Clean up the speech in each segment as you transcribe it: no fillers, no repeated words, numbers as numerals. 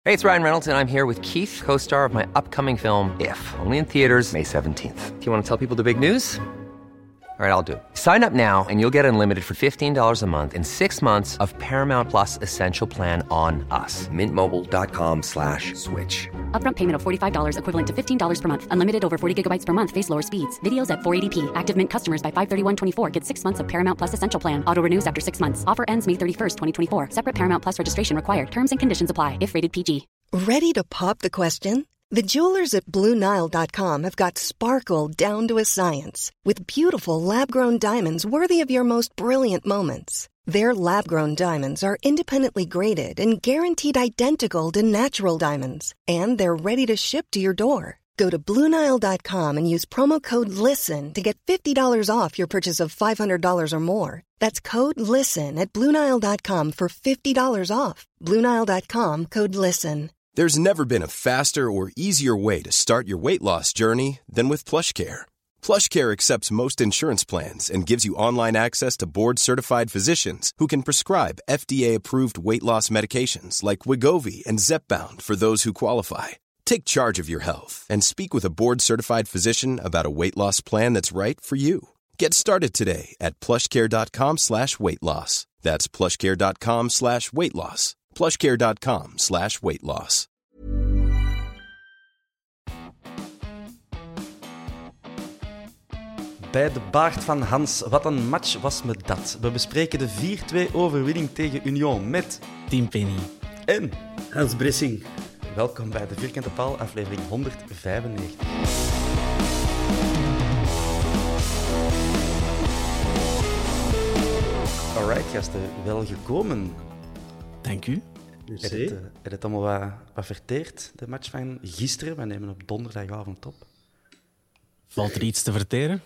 Hey, it's Ryan Reynolds, and I'm here with Keith, co-star of my upcoming film, If, only in theaters May 17th. Do you want to tell people the big news? All right, I'll do it. Sign up now and you'll get unlimited for $15 a month and 6 months of Paramount Plus Essential Plan on us. MintMobile.com/switch. Upfront payment of $45 equivalent to $15 per month. Unlimited over 40 gigabytes per month. Face lower speeds. Videos at 480p. Active Mint customers by 531.24 get 6 months of Paramount Plus Essential Plan. Auto renews after 6 months. Offer ends May 31st, 2024. Separate Paramount Plus registration required. Terms and conditions apply if rated PG. Ready to pop the question? The jewelers at BlueNile.com have got sparkle down to a science with beautiful lab-grown diamonds worthy of your most brilliant moments. Their lab-grown diamonds are independently graded and guaranteed identical to natural diamonds, and they're ready to ship to your door. Go to BlueNile.com and use promo code LISTEN to get $50 off your purchase of $500 or more. That's code LISTEN at BlueNile.com for $50 off. BlueNile.com, code LISTEN. There's never been a faster or easier way to start your weight loss journey than with PlushCare. PlushCare accepts most insurance plans and gives you online access to board-certified physicians who can prescribe FDA-approved weight loss medications like Wegovy and Zepbound for those who qualify. Take charge of your health and speak with a board-certified physician about a weight loss plan that's right for you. Get started today at plushcare.com/weight-loss. That's plushcare.com/weight-loss. plushcare.com/weight-loss. Bij de baard van Hans, wat een match was me dat. We bespreken de 4-2 overwinning tegen Union met Team Penny en Hans Bressing. Welkom bij de Vierkante Paal, aflevering 195. Alright, gasten, welgekomen. Dank u. Heb je het allemaal wat verteerd, de match van gisteren? We nemen op donderdagavond op. Valt er iets te verteren?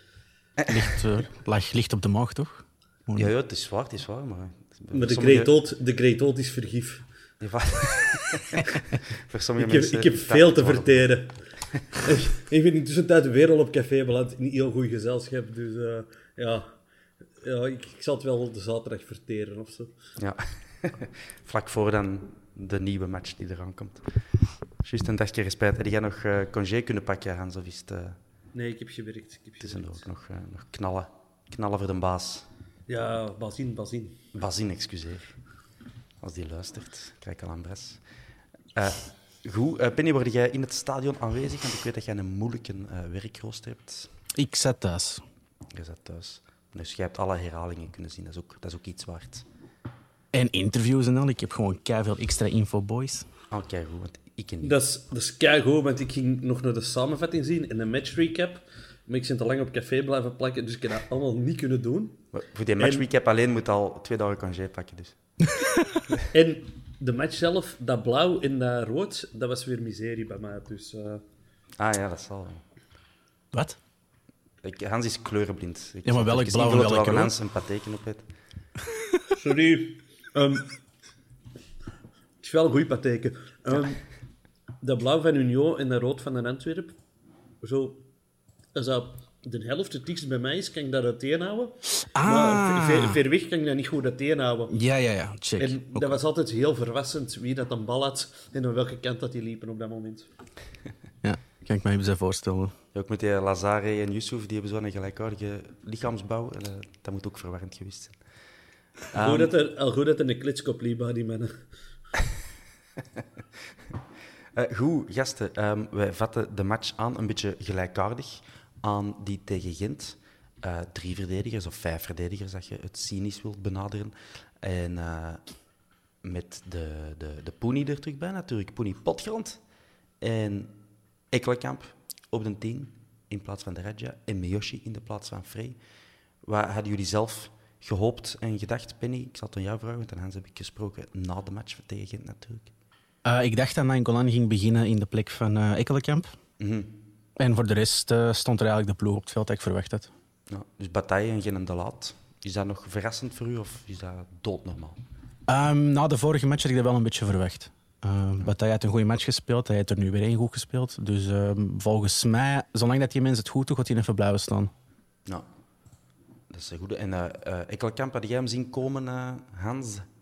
Ligt op de maag, toch? Ja, het is waar, maar... Maar de Great Old is vergif. Voor sommige mensen... Ik heb veel te verteren. Ik ben in tussentijd weer al op café beland in heel goed gezelschap. Dus ik zal het wel de zaterdag verteren of zo. Ja, vlak voor dan de nieuwe match die eraan komt. Juist een dagje respect. Heb jij nog congé kunnen pakken, Hans? Of is het... Nee, ik heb gewerkt. Het is er ook nog knallen. Knallen voor de baas. Ja, Bazin, excuseer. Als die luistert, kijk al aan Bres. Goed, Penny, word jij in het stadion aanwezig? Want ik weet dat jij een moeilijke werkrooster hebt. Ik zat thuis. Je zat thuis. Dus jij hebt alle herhalingen kunnen zien. Dat is ook iets waard. En interviews en al. Ik heb gewoon keiveel extra info, boys. Oké, goed, want ik niet. Dat is keigoed, want ik ging nog naar de samenvatting zien en een match recap. Maar ik ben te lang op café blijven plakken, dus ik heb dat allemaal niet kunnen doen. Maar voor die match recap alleen moet al 2 dagen congé pakken, dus. En de match zelf, dat blauw en dat rood, dat was weer miserie bij mij. Dus, Ah ja, dat zal. Wat? Hans is kleurenblind. Ja, maar welk blauw en welk rood? Hans een patheken op het. Sorry. Het is wel een goeie patheken. Dat blauw van Union en dat rood van de Antwerp. Zo, als dat de helft het dichtst bij mij is, kan ik dat uiteenhouden. Maar ver weg kan ik dat niet goed uiteenhouden. Ja, check. En dat was altijd heel verrassend wie dat een bal had en aan welke kant dat die liepen op dat moment. Ja, kan ik me even voorstellen. Ja, ook met die Lazare en Yusuf, die hebben zo'n gelijkaardige lichaamsbouw. Dat moet ook verwarrend geweest zijn. Goed dat er een klitskop liep bij die mannen. Goed, gasten. Wij vatten de match aan een beetje gelijkaardig aan die tegen Gent. 3 verdedigers of 5 verdedigers, als je het cynisch wilt benaderen. En met de Poenie er terug bij natuurlijk. Poenie Potgrond. En Ekkelenkamp op de 10 in plaats van de Radja. En Miyoshi in de plaats van Frey. Wat hadden jullie zelf gehoopt en gedacht, Penny? Ik zal het aan jou vragen, want aan Hans heb ik gesproken na de match tegen Gent natuurlijk. Ik dacht dat Nainggolan ging beginnen in de plek van Ekkelenkamp. Mm-hmm. En voor de rest stond er eigenlijk de ploeg op het veld dat ik verwacht had. Ja, dus Bataille en geen De Laat. Is dat nog verrassend voor u of is dat doodnormaal? Na de vorige match had ik dat wel een beetje verwacht. Bataille had een goede match gespeeld. Hij heeft er nu weer 1 goed gespeeld. Dus volgens mij, zolang dat die mensen het goed doen, gaat hij even blijven staan. Ja, dat is goed. En Ekkelenkamp, had jij hem zien komen, Hans?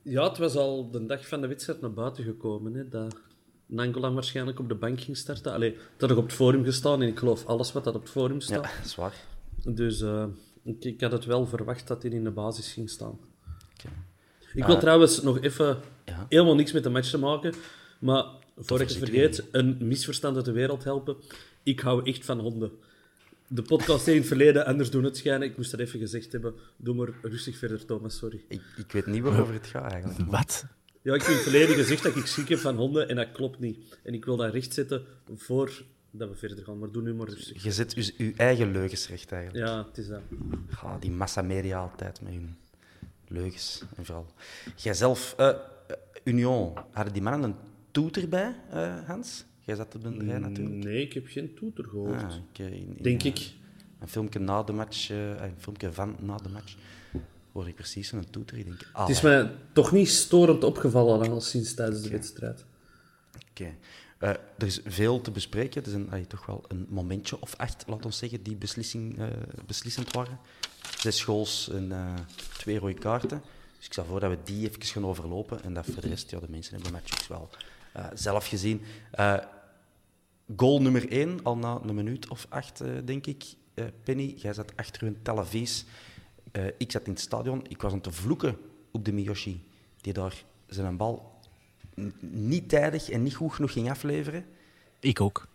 Ja, het was al de dag van de wedstrijd naar buiten gekomen. Hè, dat Nainggolan waarschijnlijk op de bank ging starten. Allee, dat had op het forum gestaan en ik geloof alles wat dat op het forum staat. Ja, zwaar. Dus ik had het wel verwacht dat hij in de basis ging staan. Okay. Ik wil trouwens nog even Ja. helemaal niks met de match te maken, maar voor ik het zeker vergeet, een misverstand uit de wereld helpen. Ik hou echt van honden. De podcast in het verleden anders doen het schijnen. Ik moest dat even gezegd hebben. Doe maar rustig verder, Thomas, sorry. Ik weet niet waarover het gaat eigenlijk. maar- Wat? Ja, ik heb in het verleden gezegd dat ik ziek heb van honden en dat klopt niet. En ik wil dat rechtzetten voordat we verder gaan. Maar doe nu maar rustig. Je zet dus je eigen leugens recht eigenlijk. Ja, het is dat. Die massamedia altijd met hun leugens en vooral. Jijzelf, Union, hadden die mannen een toeter bij, Hans? Jij zat op de rij natuurlijk. Nee, ik heb geen toeter gehoord. Denk ik. Een filmpje na de match, een filmpje van na de match, hoor ik precies een toeter. Ik denk, Het is mij toch niet storend opgevallen al sinds tijdens de wedstrijd. Oké. Er is veel te bespreken. Het is toch wel een momentje of 8, laat ons zeggen, die beslissend waren. 6 goals en 2 rode kaarten. Dus ik stel voor dat we die even gaan overlopen. En dat voor de rest, ja, de mensen hebben de match ook wel zelf gezien. Goal nummer 1, al na een minuut of 8, denk ik. Penny, jij zat achter hun televisie. Ik zat in het stadion. Ik was aan het vloeken op de Miyoshi, die daar zijn bal niet tijdig en niet goed genoeg ging afleveren. Ik ook.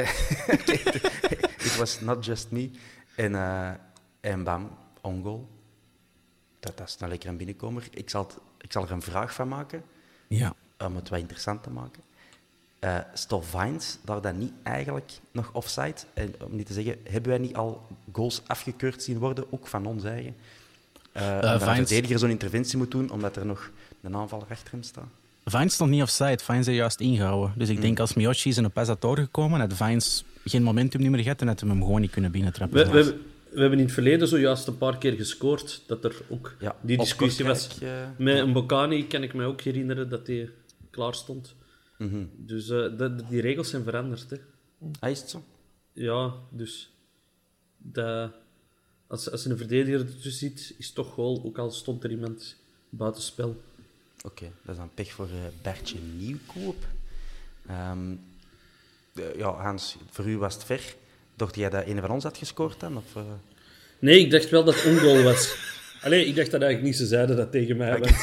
It was not just me. En bam, on goal. Dat is een lekker binnenkomer. Ik zal er een vraag van maken, Ja. om het wat interessant te maken. Stof Vines, daar dan niet eigenlijk nog offside? En om niet te zeggen, hebben wij niet al goals afgekeurd zien worden, ook van ons eigen? Dat een verdediger zo'n interventie moet doen, omdat er nog een aanvaller achter hem staat? Vines stond niet offside, Vines is juist ingehouden. Dus ik denk als Miyoshi is in een pas had doorgekomen, had Vines geen momentum meer gehad en had hem gewoon niet kunnen binnentrappen. We hebben in het verleden zojuist een paar keer gescoord dat er ook Ja, die discussie op was. Kortrijk, Met een Bocani kan ik mij ook herinneren dat hij klaar stond. Mhm. Dus die regels zijn veranderd. Hè. Is het zo? Ja, dus als je een verdediger ertussen ziet, is het toch goal, ook al stond er iemand buitenspel. Oké, dat is dan pech voor Bertje Nieuwkoop. Ja, Hans, voor u was het ver. Dacht jij dat een van ons had gescoord dan? Of, Nee, ik dacht wel dat het ongoal was. Allee, ik dacht dat eigenlijk niet, ze zeiden dat tegen mij. Want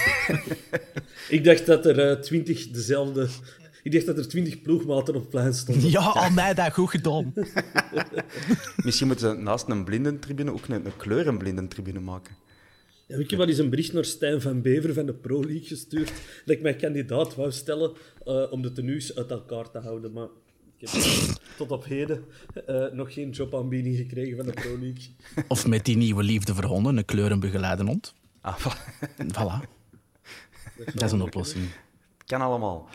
ik dacht dat er 20 dezelfde... Ik dacht dat er 20 ploegmaten op het plein stonden. Ja, al mij dat goed gedaan. Misschien moeten ze naast een blindentribune ook een kleurenblindentribune maken. Ja, ik heb wel eens een bericht naar Stijn van Bever van de Pro League gestuurd dat ik mij kandidaat wou stellen om de tenues uit elkaar te houden. Maar ik heb tot op heden nog geen jobaanbieding gekregen van de Pro League. Of met die nieuwe liefde voor honden, een kleurenbegeleide hond. Ah, Voilà. Dat is een oplossing. kan allemaal.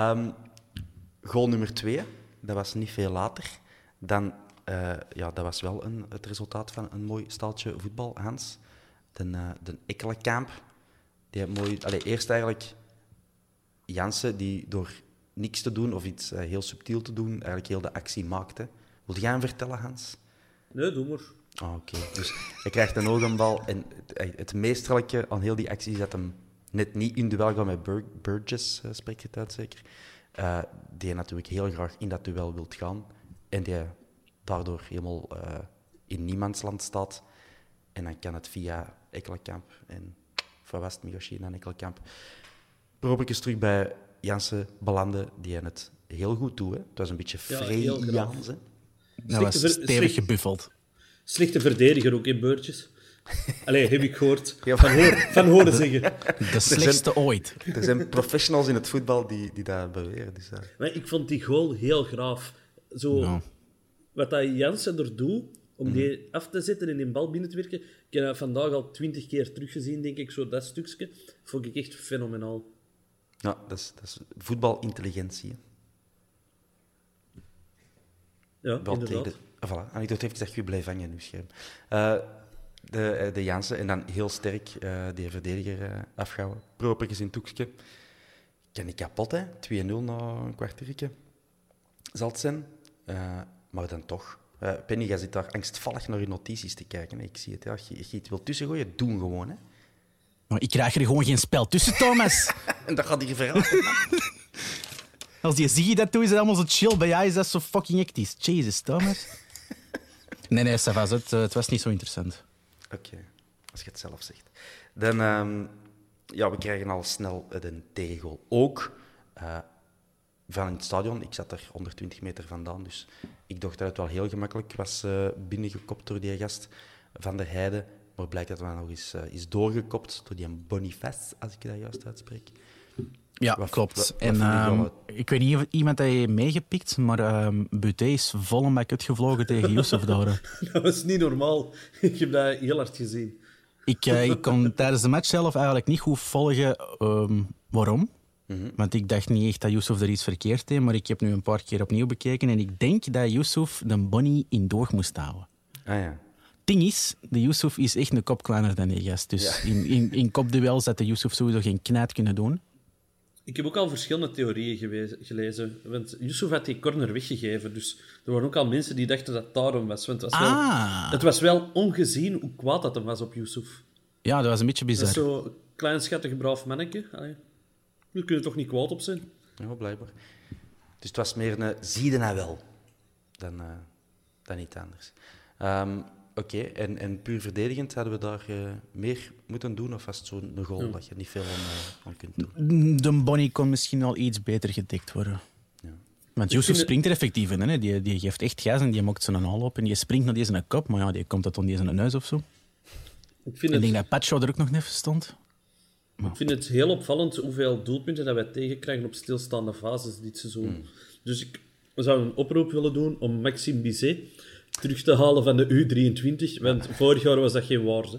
Goal nummer 2, dat was niet veel later. Dan, dat was wel het resultaat van een mooi staaltje voetbal, Hans. De Ekkelenkamp. Die mooi... eerst eigenlijk Jansen, die door niks te doen of iets heel subtiel te doen, eigenlijk heel de actie maakte. Wil jij hem vertellen, Hans? Nee, doe maar. Oké. Dus hij krijgt een oogenbal en het meesterlijke aan heel die actie is dat hem net niet in duel gaat met Burgess, spreek je het uit zeker, die natuurlijk heel graag in dat duel wilt gaan en die daardoor helemaal in niemandsland staat. En dan kan het via Ekkelenkamp en van was het Miyoshi en Ekkelenkamp probeer terug bij Jansen belanden, die het heel goed doet. Hè. Het was een beetje Frey-Jans. Dat was stevig gebuffeld. Slechte verdediger ook in Beurtjes. Allee, heb ik gehoord. Ja, Van horen zeggen. De slechtste ooit. Er zijn professionals in het voetbal die dat beweren. Dus, Maar ik vond die goal heel graaf. Zo, Ja. Wat dat Jansen er doet, om die af te zetten en die bal binnen te werken, ik heb dat vandaag al 20 keer teruggezien, denk ik, zo dat stukje. Vond ik echt fenomenaal. ja, dat is voetbalintelligentie. Hè. Ja, Wel inderdaad. tegen voilà, en ik dacht even dat je blijft hangen in uw scherm. De Jansen, en dan heel sterk die verdediger afhouden. Propertjes in het hoekje. Kan niet kapot, hè. 2-0 na een kwartiertje. Zal het zijn. Maar dan toch. Penny, jij zit daar angstvallig naar je notities te kijken. Hè. Ik zie het. Ja. Als je iets wilt tussengooien, doe gewoon. Hè. Maar ik krijg er gewoon geen spel tussen, Thomas. En dat gaat hier verhaal. Als die zie je dat doet, is het allemaal zo chill. Bij jou is dat zo fucking hectisch. Jesus, Thomas. Nee, ça va, het was niet zo interessant. Oké, als je het zelf zegt. Dan, we krijgen al snel een tegengoal. Ook van in het stadion. Ik zat er 120 meter vandaan, dus ik dacht dat het wel heel gemakkelijk was binnengekopt door die gast van der Heijden. Maar blijkt dat hij nog eens is doorgekopt door die Boniface, als ik dat juist uitspreek. Ja, klopt. Ik weet niet of iemand dat je meegepikt, maar Buté is vol een bak uitgevlogen tegen Yusuf daar. Dat was niet normaal. Ik heb dat heel hard gezien. Ik kon tijdens de match zelf eigenlijk niet goed volgen waarom. Mm-hmm. Want ik dacht niet echt dat Yusuf er iets verkeerd deed, maar ik heb nu een paar keer opnieuw bekeken en ik denk dat Yusuf de Bonnie in doog moest houden. Ah ja. Het ding is, de Yusuf is echt een kop kleiner dan die gast. Dus ja. in kopduels had de Yusuf sowieso geen knijt kunnen doen. Ik heb ook al verschillende theorieën gelezen. Want Yusuf had die corner weggegeven. Dus er waren ook al mensen die dachten dat het daarom was. Want het was wel ongezien hoe kwaad dat hem was op Yusuf. Ja, dat was een beetje bizar. Dat is zo'n klein, schattig, braaf manneke. Allee. Daar kun je toch niet kwaad op zijn? Ja, blijkbaar. Dus het was meer een zie je nou wel dan iets anders. Oké, en puur verdedigend hadden we daar meer moeten doen? Of was het zo'n goal dat je niet veel aan kunt doen? De Bonnie kon misschien wel iets beter gedekt worden. Ja. Want Yusuf springt er effectief in. Hè? Die geeft echt gas en die maakt zijn hal op. En die springt naar deze kop, maar ja, die komt dat dan deze neus of zo. Ik denk dat Pacho er ook nog net stond. Maar. Ik vind het heel opvallend hoeveel doelpunten dat wij tegenkrijgen op stilstaande fases dit seizoen. Dus ik zou een oproep willen doen om Maxime Bizet terug te halen van de U23, want vorig jaar was dat geen waarde.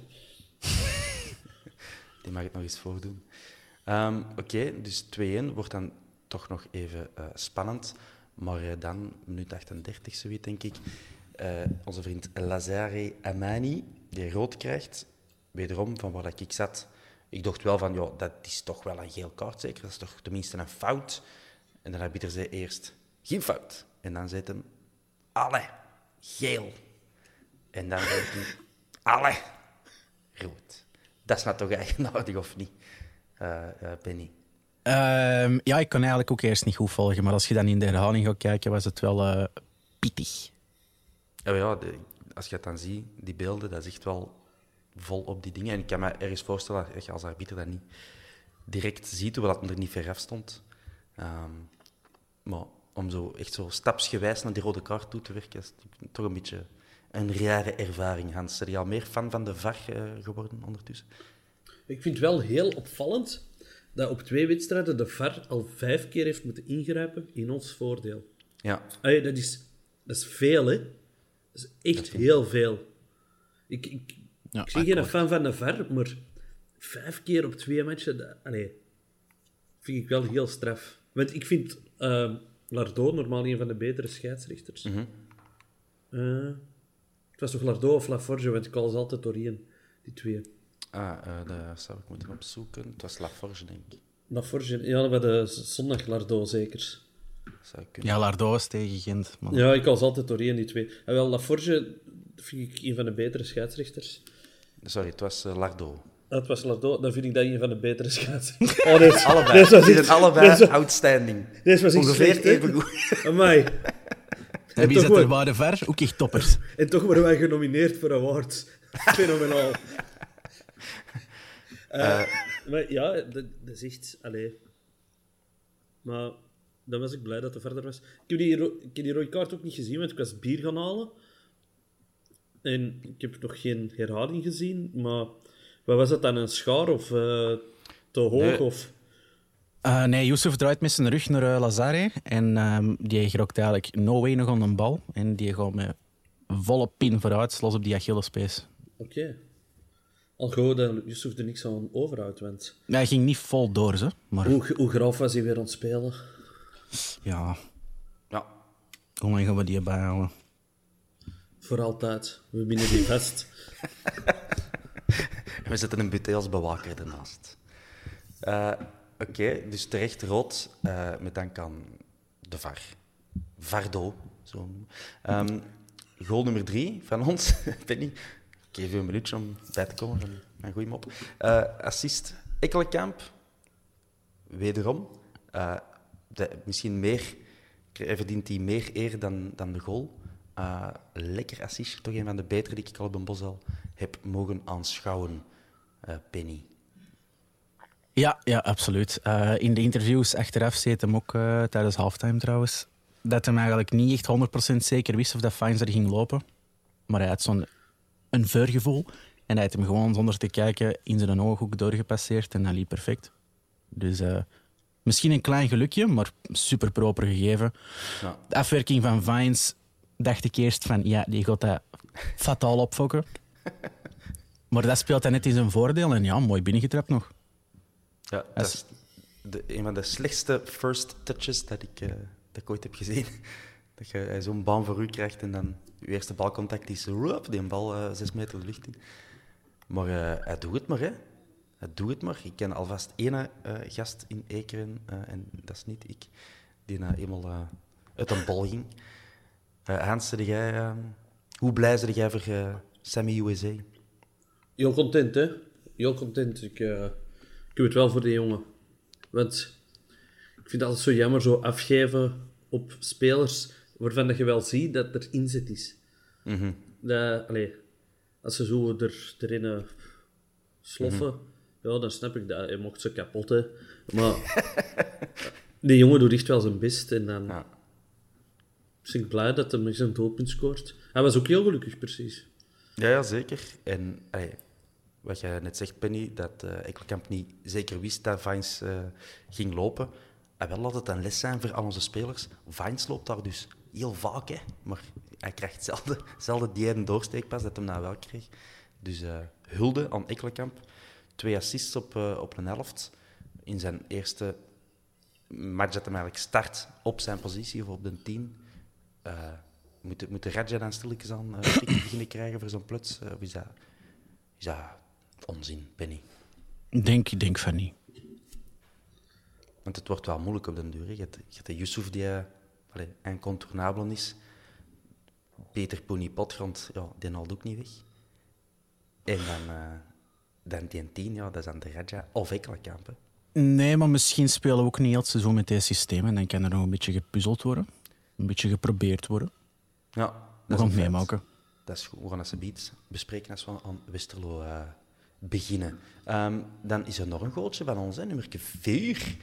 Die mag het nog eens voordoen. Oké, dus 2-1 wordt dan toch nog even spannend. Maar dan, minuut 38 zoiets, denk ik, onze vriend Lazare Amani, die rood krijgt, wederom van waar ik zat. Ik dacht wel van, ja, dat is toch wel een geel kaart, zeker? Dat is toch tenminste een fout? En dan arbiter zei eerst, geen fout. En dan zei hij, allee, geel. En dan zei hij, allee, rood. Dat is nou toch eigenaardig, of niet, Benny? Ja, ik kon eigenlijk ook eerst niet goed volgen, maar als je dan in de herhaling gaat kijken, was het wel pittig. Ja, als je het dan ziet, die beelden, dat is echt wel vol op die dingen. En ik kan me ergens voorstellen dat je als arbiter dat niet direct ziet, hoewel dat er niet ver af stond. Maar om zo echt zo stapsgewijs naar die rode kaart toe te werken, is toch een beetje een rare ervaring. Hans, ben je al meer fan van de VAR geworden ondertussen? Ik vind het wel heel opvallend dat op 2 wedstrijden de VAR al 5 keer heeft moeten ingrijpen in ons voordeel. Ja. Dat is veel, hè. Dat is echt heel veel. Ik ben geen fan van de VAR, maar 5 keer op 2 matchen, vind ik wel heel straf. Want ik vind Lardot normaal een van de betere scheidsrechters. Mm-hmm. Het was toch Lardot of Laforge, want ik call ze altijd doorheen, die twee. Dat zou ik moeten opzoeken. Het was Laforge, denk ik. Laforge, ja, bij de zondag Lardot zeker. Ja, Lardot was tegen Gent. Man. Ja, ik call ze altijd doorheen, die twee. En wel, Laforge vind ik een van de betere scheidsrechters. Sorry, het was Lardot. Het was Lardot, dan vind ik dat een van de betere scheidsrechters. Allebei. Die zijn allebei outstanding. Deze was ongeveer even goed. Amai. En wie zit er bij de VAR? Ook echt toppers. En toch worden wij genomineerd voor awards. Fenomenaal. Maar ja, dat is echt... Maar dan was ik blij dat het verder was. Ik heb die rode kaart ook niet gezien, want ik was bier gaan halen. En ik heb nog geen herhaling gezien, maar... Wat was dat dan, een schaar of te hoog? Nee. Of... Nee, Yusuf draait met zijn rug naar Lazare en die geraakt eigenlijk no way nog aan een bal. En die gaat met volle pin vooruit, los op die Achillespees. Oké. Al gewoon dat Yusuf er niks aan overhoudt, want... Hij ging niet vol door, ze. Maar... Hoe graaf was hij weer aan het spelen? Ja. Hoe lang gaan we die bijhouden? Voor altijd. We binnen die vast. We zetten een Buté als bewaker ernaast. Oké, dus terecht rood, met dank aan de VAR. Vardo, zo. Goal nummer 3 van ons, Penny. Ik geef je een minuutje om bij te komen. Een goeie mop. Assist Ekkelenkamp. Wederom. Misschien verdient hij meer eer dan de goal. Lekker assist. Toch een van de betere die ik al op een bos al heb mogen aanschouwen. Penny. Ja, absoluut. In de interviews achteraf zei het hem ook tijdens halftime trouwens, dat hij eigenlijk niet echt 100% zeker wist of dat Vines er ging lopen. Maar hij had zo'n voorgevoel. En hij had hem gewoon zonder te kijken in zijn ooghoek doorgepasseerd en dat liep perfect. Dus misschien een klein gelukje, maar super proper gegeven. Ja. De afwerking van Vines dacht ik eerst van, ja, die gaat dat fataal opfokken. Maar dat speelt hij net in zijn voordeel en ja, mooi binnengetrapt nog. Ja, dat is een van de slechtste first touches dat ik ooit heb gezien. Dat je zo'n baan voor u krijgt en dan je eerste balcontact is die bal 6 meter de lucht in. Maar hij doet het maar, hè. Hij doet het maar. Ik ken alvast ene gast in Ekeren, en dat is niet ik, die eenmaal uit een bal ging. Hans, hoe blij ben jij voor Sammy USA? Heel content, hè. Heel content. Ik doe het wel voor die jongen. Want ik vind het altijd zo jammer, zo afgeven op spelers waarvan dat je wel ziet dat er inzet is. Mm-hmm. Als ze zo erin sloffen, ja, dan snap ik dat. Je mocht ze kapot, hè. Maar die jongen doet echt wel zijn best. En dan ben ik blij dat hij zijn doelpunt scoort. Hij was ook heel gelukkig, precies. Ja, zeker. En wat jij net zegt, Penny, dat Ekkelenkamp niet zeker wist dat Vines ging lopen. En wel laat het een les zijn voor al onze spelers. Vines loopt daar dus heel vaak, hè. Maar hij krijgt zelden die ene doorsteekpas dat hij nou wel kreeg. Dus hulde aan Ekkelenkamp. 2 assists op een helft. In zijn eerste match dat hij eigenlijk start op zijn positie of op de 10. Moet de Radja dan stilletjes aan beginnen krijgen voor zo'n pluts? Of is dat onzin, Penny? Ik denk van niet. Want het wordt wel moeilijk op den duur. Je hebt de Yusuf die incontournabel is. Peter Pony Potgrond, ja, die haalt ook niet weg. En dan die 10, ja, dat is aan de Radja of Ekkelenkamp. Nee, maar misschien spelen we ook niet heel het seizoen met dit systeem. En dan kan er nog een beetje gepuzzeld worden. Een beetje geprobeerd worden. Ja, we gaan het meemaken. Dat is goed. We gaan dat zoiets bespreken als we aan Westerlo beginnen. Dan is er nog een goaltje van ons, nummer 4.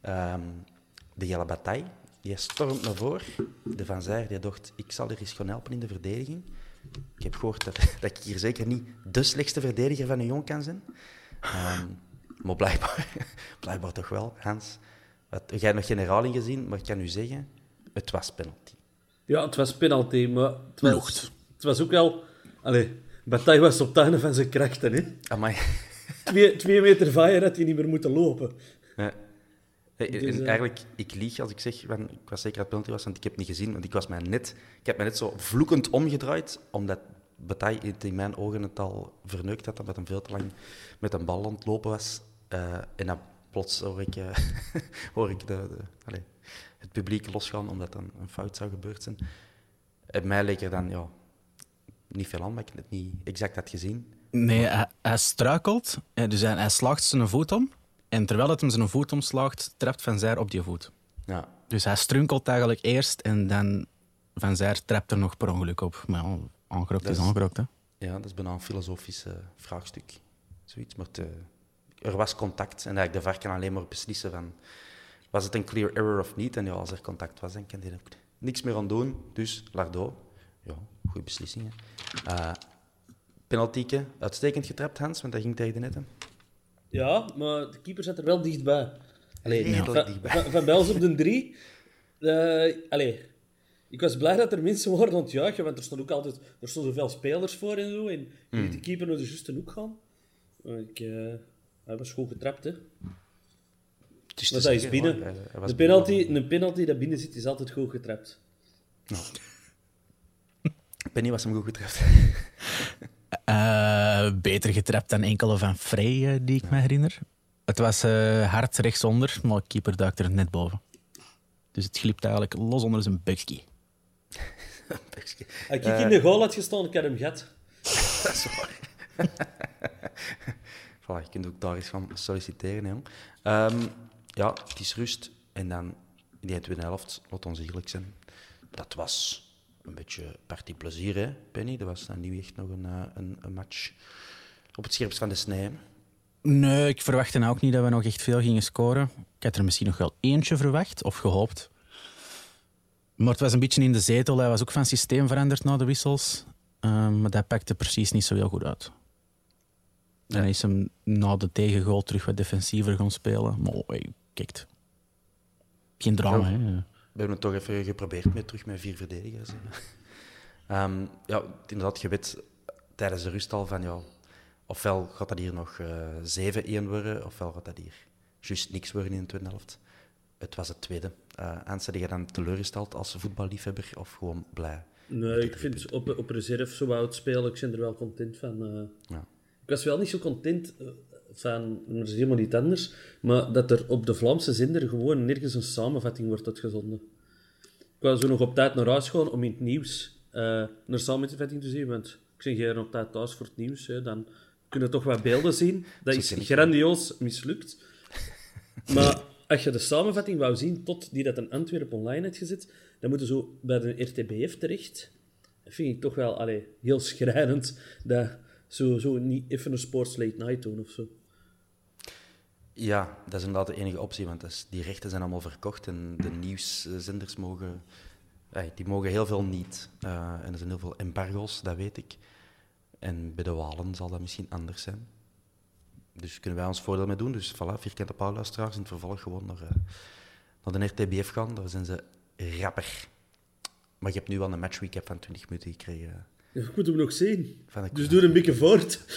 De Jelle Bataille. Die stormt naar voren. De Van Zijr die dacht, ik zal er eens gaan helpen in de verdediging. Ik heb gehoord dat ik hier zeker niet de slechtste verdediger van een jong kan zijn. Maar blijkbaar toch wel, Hans. Jij hebt nog geen herhaling gezien, maar ik kan u zeggen, het was penalty. Ja, het was penalty, maar het was ook wel... Bataille was op het einde van zijn krachten, hè. Amai. 2 meter van je had hij niet meer moeten lopen. Ja. Dus, eigenlijk, ik lieg als ik zeg, ik was zeker dat het penalty was, want ik heb het niet gezien, want ik heb mij net zo vloekend omgedraaid, omdat Bataille het in mijn ogen het al verneukt had, omdat hij veel te lang met een bal aan het lopen was. En dan plots hoor ik het publiek losgaan, omdat dan een fout zou gebeurd zijn. En mij leek er dan niet veel aan, maar ik het niet exact had gezien. Nee, hij struikelt, dus hij slaagt zijn voet om. En terwijl het hem zijn voet omslaagt, trapt Van Zijr op die voet. Ja. Dus hij strunkelt eigenlijk eerst en dan Van Zijr trapt er nog per ongeluk op. Maar ja, aangerokt is aangerokt, hè. Ja, dat is bijna een filosofisch vraagstuk. Zoiets, maar er was contact en eigenlijk de VAR kan alleen maar beslissen van... Was het een clear error of niet? En ja, als er contact was, dan kan hij er ook niks meer aan doen. Dus, Lardo. Ja, goede beslissingen. Penaltieke, uitstekend getrapt, Hans, want dat ging tegen de netten. Ja, maar de keeper zat er wel dichtbij. Dichtbij. Van Bels op de 3. Ik was blij dat er mensen worden aan het juichen, want er stonden zoveel spelers voor en zo. En de keeper naar de juiste hoek gaan. Hij was goed getrapt, hè. Maar dat is binnen. Een penalty dat binnen zit, is altijd goed getrapt. Nou. Penny was hem goed getrapt. Beter getrapt dan enkele van Frey, die ik me herinner. Het was hard rechtsonder, maar de keeper duikte er net boven. Dus het glipt eigenlijk los onder zijn bukkie. Als ik in de goal had gestaan, ik had hem gehad. Dat is waar. Voilà, je kunt ook daar eens gaan solliciteren. Hè, jong. Ja, het is rust. En dan in die tweede helft, laat ons eerlijk zijn. Dat was een beetje partyplezier, hè, Penny? Dat was dan niet echt nog een match op het scherpst van de snee. Nee, ik verwachtte nou ook niet dat we nog echt veel gingen scoren. Ik had er misschien nog wel eentje verwacht, of gehoopt. Maar het was een beetje in de zetel. Hij was ook van systeem veranderd na de wissels. Maar dat pakte precies niet zo heel goed uit. En hij is hem na de tegengoal terug wat defensiever gaan spelen. Maar kijk, geen drama. Hè. We hebben het toch even geprobeerd terug met 4 verdedigers. Ja, inderdaad, je weet tijdens de rust al van... Ja, ofwel gaat dat hier nog 7-1 worden, ofwel gaat dat hier juist niks worden in de tweede helft. Het was het tweede. Hans, ben je dan teleurgesteld als voetballiefhebber of gewoon blij? Nee, ik vind op reserve zo oud spelen, ik ben er wel content van. Ja. Ik was wel niet zo content van, dat is helemaal niet anders, maar dat er op de Vlaamse zender gewoon nergens een samenvatting wordt uitgezonden. Ik wou zo nog op tijd naar huis gaan om in het nieuws naar samenvatting te zien, want ik ben geen op tijd thuis voor het nieuws, hè, dan kunnen we toch wat beelden zien. Dat is grandioos mislukt. Maar als je de samenvatting wou zien tot die dat in Antwerpen online had gezet, dan moeten zo bij de RTBF terecht. Dat vind ik toch wel heel schrijnend dat zo niet even een Sports Late Night doen of zo. Ja, dat is inderdaad de enige optie, want die rechten zijn allemaal verkocht en de nieuwszenders mogen heel veel niet. En er zijn heel veel embargo's, dat weet ik. En bij de Walen zal dat misschien anders zijn. Dus kunnen wij ons voordeel mee doen. Dus voilà, vierkante pauwluisteraars in het vervolg gewoon naar de RTBF gaan. Daar zijn ze rapper. Maar je hebt nu wel een matchrecap van 20 minuten gekregen. Ja, ik moet hem nog zien. Dus doe een beetje voort.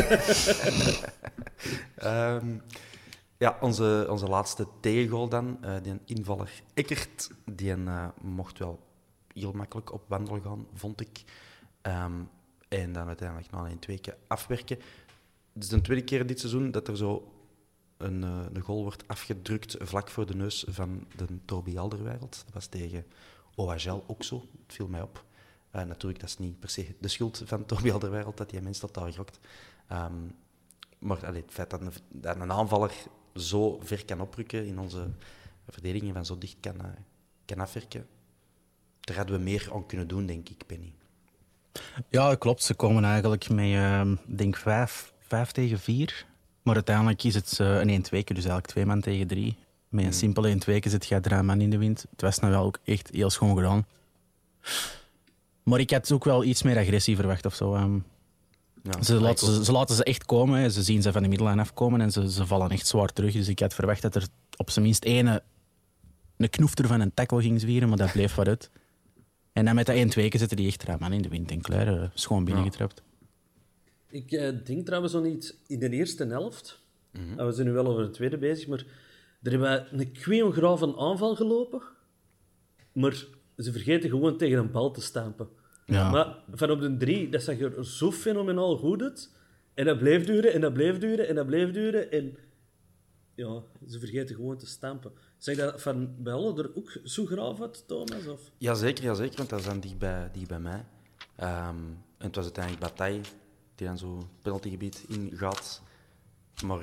Ja, onze laatste tegengoal dan. Die invaller Eckert. Die mocht wel heel makkelijk op wandel gaan, vond ik. En dan uiteindelijk na 1-2 keer afwerken. Het is de tweede keer dit seizoen dat er zo een goal wordt afgedrukt vlak voor de neus van de Toby Alderweireld. Dat was tegen OHL ook zo. Het viel mij op. Natuurlijk, dat is niet per se de schuld van Toby Alderweireld dat die mens dat daar gokt. Maar het feit dat een aanvaller zo ver kan oprukken in onze verdediging van zo dicht kan afwerken, daar hadden we meer aan kunnen doen, denk ik, Penny. Ja, klopt. Ze komen eigenlijk met, denk 5 tegen 4. Maar uiteindelijk is het een 1-2, dus eigenlijk 2 man tegen 3. Met een simpele 1-2 zit je 3 man in de wind. Het was nou wel ook echt heel schoon gedaan. Maar ik had ook wel iets meer agressie verwacht of zo. Ja, ze laten ze echt komen. Hè. Ze zien ze van de middellijn afkomen en ze vallen echt zwaar terug. Dus ik had verwacht dat er op zijn minst een knoefter van een tackle ging zwieren, maar dat bleef wat uit. En dan met dat 1-2 zitten die echt 3 man in de wind en klaar. Schoon binnengetrapt. Ik denk trouwens nog niet in de eerste helft. We zijn nu wel over de tweede bezig, maar er hebben een kweongrave aanval gelopen. Maar ze vergeten gewoon tegen een bal te stampen. Ja. Maar van op de 3, dat zag er zo fenomenaal goed uit. En dat bleef duren, en dat bleef duren, en dat bleef duren. En ja, ze vergeten gewoon te stampen. Zeg dat Van Bellen er ook zo graaf uit, Thomas? Of? Jazeker, want dat is dan dicht bij mij. En het was uiteindelijk Bataille die dan zo het penaltygebied ingaat. Maar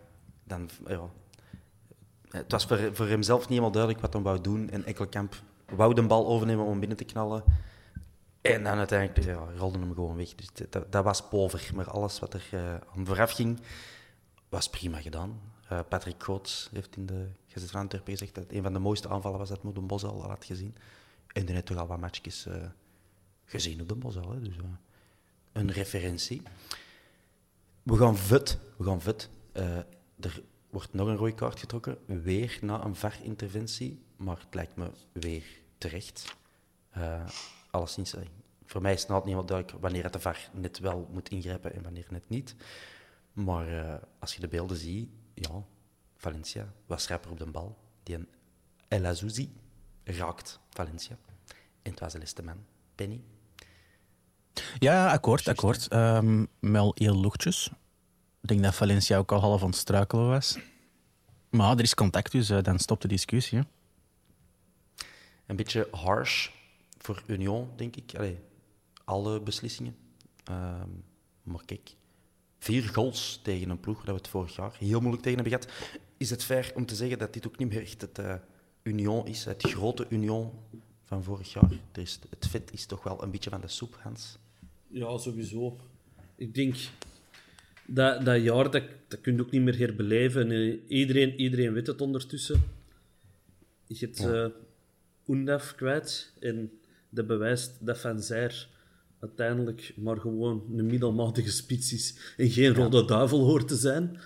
het was voor hemzelf niet helemaal duidelijk wat hij wou doen. En Ekkelenkamp wou de bal overnemen om hem binnen te knallen. En dan uiteindelijk rolde hem gewoon weg. Dus dat was pover. Maar alles wat er aan vooraf ging, was prima gedaan. Patrick Goots heeft in de Gazet van Antwerpen gezegd dat het een van de mooiste aanvallen was dat Mo Den Bosch al had gezien. En die heeft toch al wat matchjes gezien op Den Bosch al. Hè. Dus een referentie. We gaan vet. Er wordt nog een rode kaart getrokken. Weer na een VAR-interventie. Maar het lijkt me weer terecht. Alleszins, voor mij is het nou niet helemaal duidelijk wanneer het de VAR net wel moet ingrijpen en wanneer net niet. Maar als je de beelden ziet, ja, Valencia was rapper op de bal. Die El Azouzi raakt Valencia. En het was de laatste man. Penny? Ja, akkoord. Wel heel luchtjes. Ik denk dat Valencia ook al half aan het struikelen was. Maar er is contact, dus dan stopt de discussie. Hè. Een beetje harsh voor Union, denk ik. Allee, alle beslissingen. Maar kijk, 4 goals tegen een ploeg dat we het vorig jaar heel moeilijk tegen hebben gehad. Is het fair om te zeggen dat dit ook niet meer echt het Union is, het grote Union van vorig jaar? Het vet is toch wel een beetje van de soep, Hans? Ja, sowieso. Ik denk... Dat jaar, dat kun je ook niet meer herbeleven. Iedereen weet het ondertussen. Je hebt Undaf kwijt en dat bewijst dat Van Zijr uiteindelijk maar gewoon een middelmatige spits is en geen rode duivel hoort te zijn.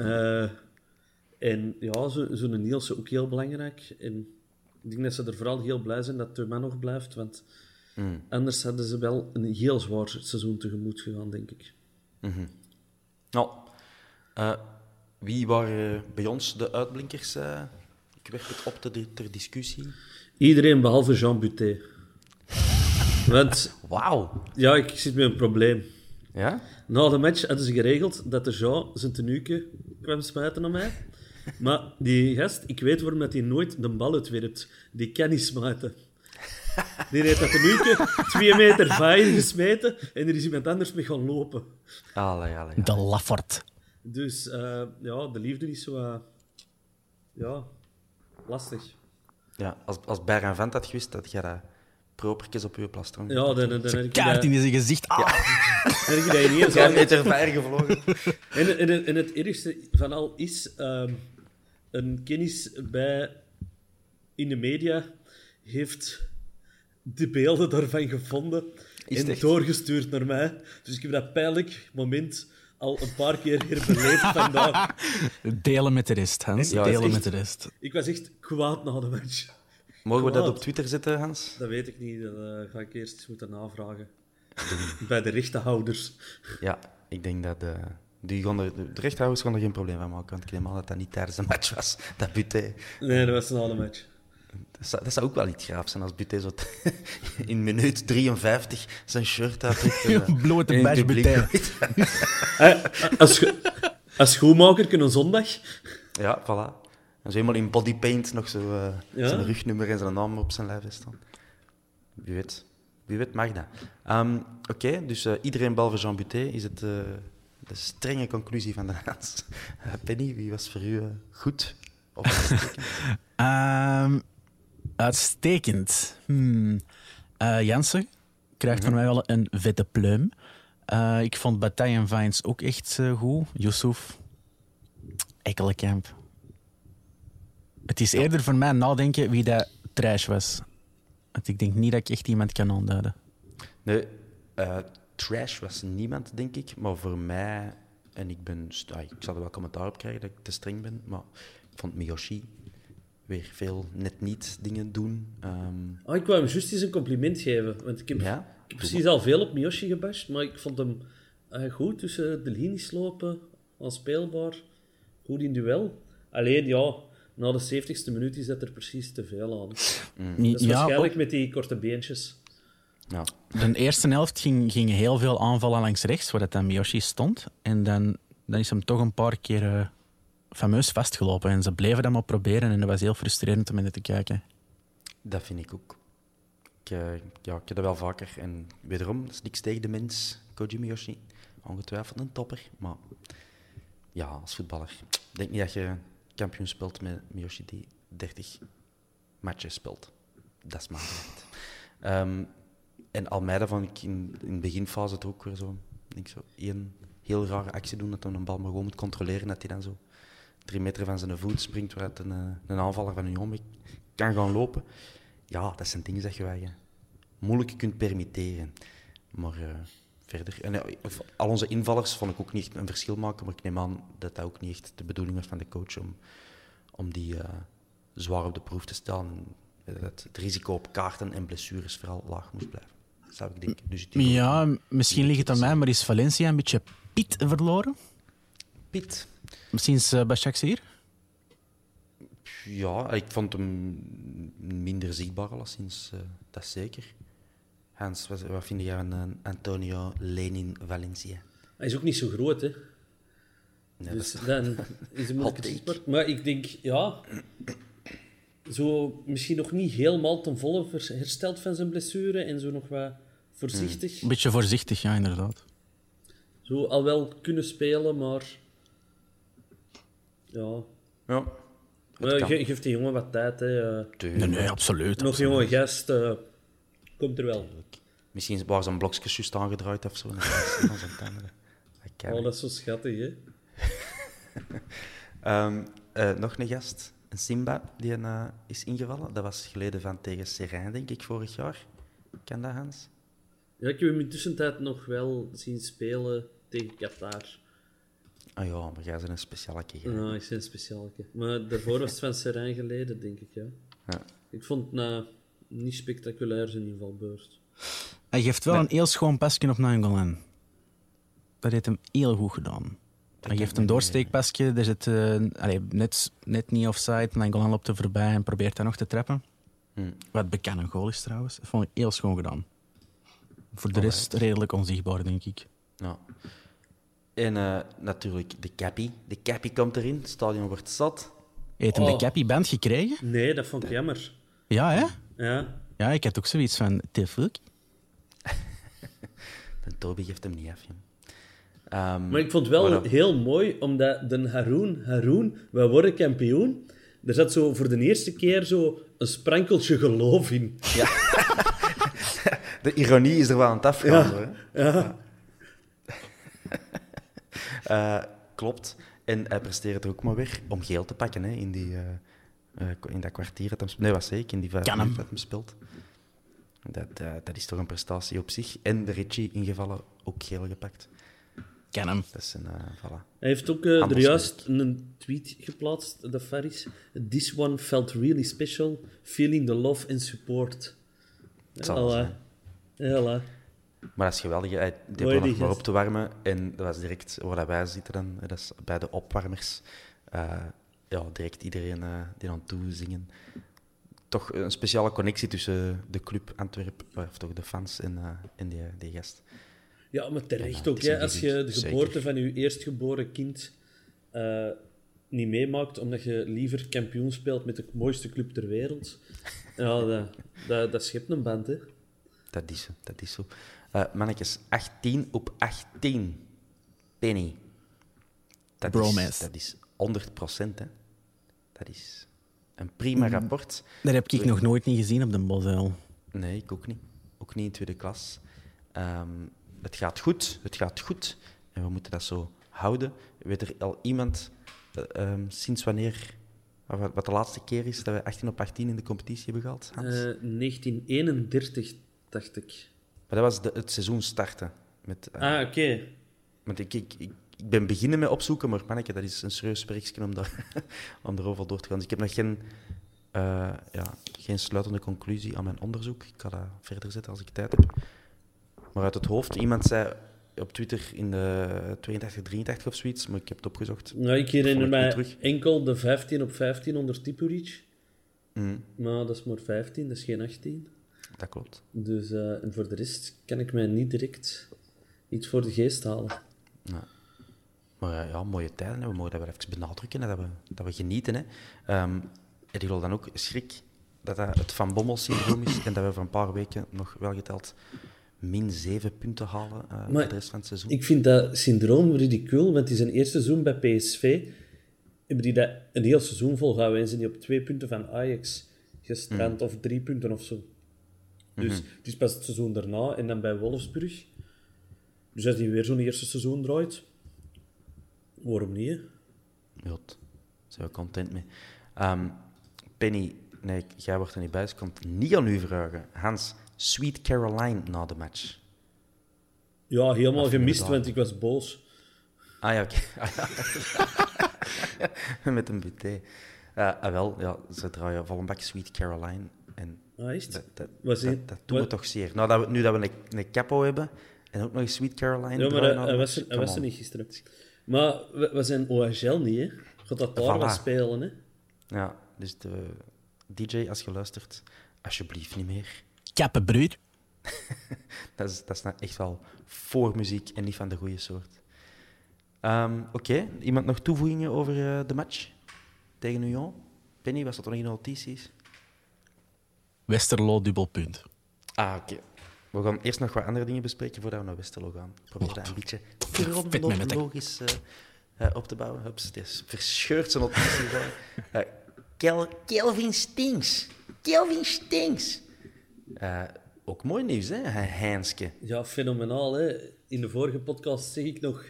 En ja, zo'n Nielsen ook heel belangrijk. En ik denk dat ze er vooral heel blij zijn dat Thomas nog blijft, want anders hadden ze wel een heel zwaar seizoen tegemoet gegaan, denk ik. Mm-hmm. Nou, wie waren bij ons de uitblinkers? Ik werp het op ter discussie. Iedereen behalve Jean Buté. Want... Wauw. Ja, ik zit met een probleem. Ja? Na de match hadden ze geregeld dat de Jean zijn tenuke kwam smijten naar mij. Maar die gast, ik weet waarom dat hij nooit de bal uitwerpt. Die kan niet smijten. Die heeft dat tenuke 2 meter vijf gesmeten en er is iemand anders mee gaan lopen. Allee. De Laffert. Dus ja, de liefde is zo... lastig. Ja, als Bayern Vent had gewist, dat je dat propertjes op je plastron. Ja, dan heb ik Kaart in zijn gezicht. Dan heb ik dat ineens 2 meter ver gevlogen. En het ergste van al is... een kennis in de media heeft de beelden daarvan gevonden en doorgestuurd naar mij. Dus ik heb dat pijnlijk moment al een paar keer herbeleefd vandaag. Delen met de rest, Hans. Ja, Delen echt, met de rest. Ik was echt kwaad na de match. Mogen we dat Kwaad. op Twitter zetten, Hans? Dat weet ik niet. Dat ga ik eerst eens moeten navragen. Bij de rechtenhouders. Ja, ik denk dat de rechthouders gaan er geen probleem van maken. Want ik neem aan dat dat niet tijdens de match was. Dat Buté... Nee, dat was na de match. Dat zou ook wel iets graafs zijn als Buté zo in minuut 53 zijn shirt uittrekt. Blote badge Buté. Als schoenmaker kunnen zondag. Ja, voilà. En zo helemaal in bodypaint nog zo zijn rugnummer en zijn naam op zijn lijf is staan. Wie weet mag dat. Oké, dus iedereen behalve Jean Buté is het de strenge conclusie van de Hans. Penny, wie was voor u goed of uitstekend? Uitstekend. Jansen krijgt van mij wel een vette pluim. Ik vond Bataille en Vines ook echt goed. Yusuf, Ekkelenkamp. Het is eerder voor mij nadenken wie dat trash was. Want ik denk niet dat ik echt iemand kan aanduiden. Nee, trash was niemand, denk ik. Maar voor mij, en ik zal er wel commentaar op krijgen dat ik te streng ben, maar ik vond Miyoshi weer veel net niet dingen doen. Ik wou hem juist eens een compliment geven. Want ik heb precies al veel op Miyoshi gebashed, maar ik vond hem goed tussen de linies lopen, aanspeelbaar, goed in duel. Alleen, ja, na de 70ste minuut is dat er precies te veel aan. Dat is waarschijnlijk met die korte beentjes. Ja. De eerste helft ging heel veel aanvallen langs rechts, waar dat dan Miyoshi stond. En dan is hem toch een paar keer fameus vastgelopen. En ze bleven dat maar proberen en dat was heel frustrerend om naar te kijken. Dat vind ik ook. Ik heb dat wel vaker. En wederom, dat is niks tegen de mens, Koji Miyoshi. Ongetwijfeld een topper, maar ja, als voetballer. Ik denk niet dat je kampioen speelt met Miyoshi die 30 matches speelt. Dat is maar niet. En Almeida vond ik in de beginfase het ook weer zo, denk zo één heel rare actie doen, dat hij een bal maar gewoon moet controleren, dat hij dan zo 3 meter van zijn voet springt, waaruit een aanvaller van Union kan gaan lopen. Ja, dat zijn dingen dat je moeilijk kunt permitteren. Maar verder... En, al onze invallers vond ik ook niet echt een verschil maken, maar ik neem aan dat dat ook niet echt de bedoeling was van de coach om die zwaar op de proef te stellen. Dat het risico op kaarten en blessures vooral laag moest blijven. Dat zou ik denken. Dus misschien ligt het aan mij, maar is Valencia een beetje Piet verloren? Piet? Sinds Başakşehir? Ja, ik vond hem minder zichtbaar alleszins. Dat zeker. Hans, wat vind jij van Antonio Lenin Valencia? Hij is ook niet zo groot, hè. Nee, dus dan is hij moeilijk sport. Maar ik denk, ja... Zo misschien nog niet helemaal ten volle hersteld van zijn blessure en zo nog wat voorzichtig. Een beetje voorzichtig, ja, inderdaad. Zo al wel kunnen spelen, maar... Ja. Ja. Geef die jongen wat tijd, hè. Nee, absoluut. Nog absoluut. jonge gast, komt er wel. Misschien waren ze een blokjes juist aangedraaid of zo. Oh, dat is zo schattig, hè. Nog een gast, een Simba, die is ingevallen. Dat was geleden van tegen Seraing, denk ik, vorig jaar. Ken dat, Hans? Ja, ik heb hem in tussentijd nog wel zien spelen tegen Qatar. Ah ja, maar jij bent een speciale keer. Nou, ik ben een speciaalke. Maar daarvoor was het van Seraing geleden, denk ik, ja. Ik vond het niet spectaculair zijn invalbeurt. Hij geeft wel een heel schoon pasje op Nainggolan. Dat heeft hem heel goed gedaan. Hij geeft een doorsteekpasje, er zit net niet offside. Nainggolan loopt er voorbij en probeert hij nog te trappen. Wat bekend een goal is trouwens. Dat vond ik heel schoon gedaan. Voor de rest redelijk onzichtbaar, denk ik. Ja. En natuurlijk de Cappy. De Cappy komt erin, het stadion wordt zat. Heeft hem de Cappy-band gekregen? Nee, dat vond ik jammer. Ja, hè? Ja. Ja, ik had ook zoiets van... The fuck? De Toby geeft hem niet af, joh. Maar ik vond het wel heel mooi, omdat de Haroon, wij worden kampioen. Er zat zo voor de eerste keer zo een sprankeltje geloof in. Ja. De ironie is er wel aan het afgaan, hoor. Ja. Klopt. En hij presteert er ook maar weer om geel te pakken, hè, in dat kwartier. Nee, wat zei ik? In die 5 minuten dat hij speelt. Dat is toch een prestatie op zich. En de Ritchie ingevallen, ook geel gepakt. Ken hem. Dat is voilà. Hij heeft ook er juist een tweet geplaatst, de Faris. This one felt really special, feeling the love and support. Het zal zijn. Hela. Maar dat is geweldig. Hij deed nog maar op te warmen. En dat was direct waar wij zitten dan. Dat is bij de opwarmers. Direct iedereen die aan toe zingen. Toch een speciale connectie tussen de club Antwerpen, of toch de fans en die gast. Ja, maar terecht ook. Hè, als je de geboorte van je eerstgeboren kind niet meemaakt, omdat je liever kampioen speelt met de mooiste club ter wereld. Ja, dat schept een band, hè. Dat is zo. Mannetjes, 18 op 18. Penny. Dat is 100%, hè. Dat is een prima rapport. Dat heb ik nog nooit niet gezien op de Bosuil. Nee, ik ook niet. Ook niet in tweede klas. Het gaat goed. En we moeten dat zo houden. Weet er al iemand sinds wanneer... Wat de laatste keer is dat we 18 op 18 in de competitie hebben gehad, Hans? 1931, dacht ik. Maar dat was het seizoen starten. Oké. Want ik ben beginnen met opzoeken, maar manneke, dat is een serieus werkje om erover door te gaan. Dus ik heb nog geen sluitende conclusie aan mijn onderzoek. Ik ga dat verder zetten als ik tijd heb. Maar uit het hoofd, iemand zei op Twitter in de 82, 83 of zoiets, maar ik heb het opgezocht. Nou, ik herinner mij enkel de 15 op 15 onder Tipuric. Maar dat is maar 15, dat is geen 18. Dat klopt. Dus, en voor de rest kan ik mij niet direct iets voor de geest halen. Ja. Maar mooie tijden. Hè. We mogen dat wel even benadrukken, hè, dat we genieten. Hè. En ik wil dan ook schrik dat het Van Bommel-syndroom is en dat we voor een paar weken nog wel geteld min 7 punten halen voor de rest van het seizoen. Ik vind dat syndroom ridicuul, want in zijn eerste seizoen bij PSV hebben die dat een heel seizoen volgehouden en zijn die op 2 punten van Ajax gestrand, of 3 punten of zo. Dus het is pas het seizoen daarna en dan bij Wolfsburg. Dus als die weer zo'n eerste seizoen draait, waarom niet? Hè? Ja, daar zijn we content mee. Penny, nee, jij wordt er niet bij, dus ik kan het niet aan u vragen. Hans, Sweet Caroline na de match. Ja, helemaal gemist, want ik was boos. Ah ja, oké. Met een buté. Ze draaien vol een bak Sweet Caroline. En is het? Dat doen we toch zeer. Nou, nu dat we een capo hebben en ook nog een Sweet Caroline. Ja, maar hij was er niet gisteren. Maar we zijn OHL niet, hè? Gaat dat daar wel spelen, hè? Ja, dus de DJ, als je luistert, alsjeblieft niet meer. Kappenbruid. dat is nou echt wel voor muziek en niet van de goede soort. Oké. Iemand nog toevoegingen over de match tegen Union? Penny, was dat nog in de notities? Westerlo dubbelpunt. Ah, oké. We gaan eerst nog wat andere dingen bespreken voordat we naar Westerlo gaan. Probeer dat een beetje chronologisch op te bouwen. Hups, het is verscheurd zijn notitie. Kelvin Stinks. Kelvin Stinks. Ook mooi nieuws, hè, Heinske? Ja, fenomenaal, hè. In de vorige podcast zeg ik nog...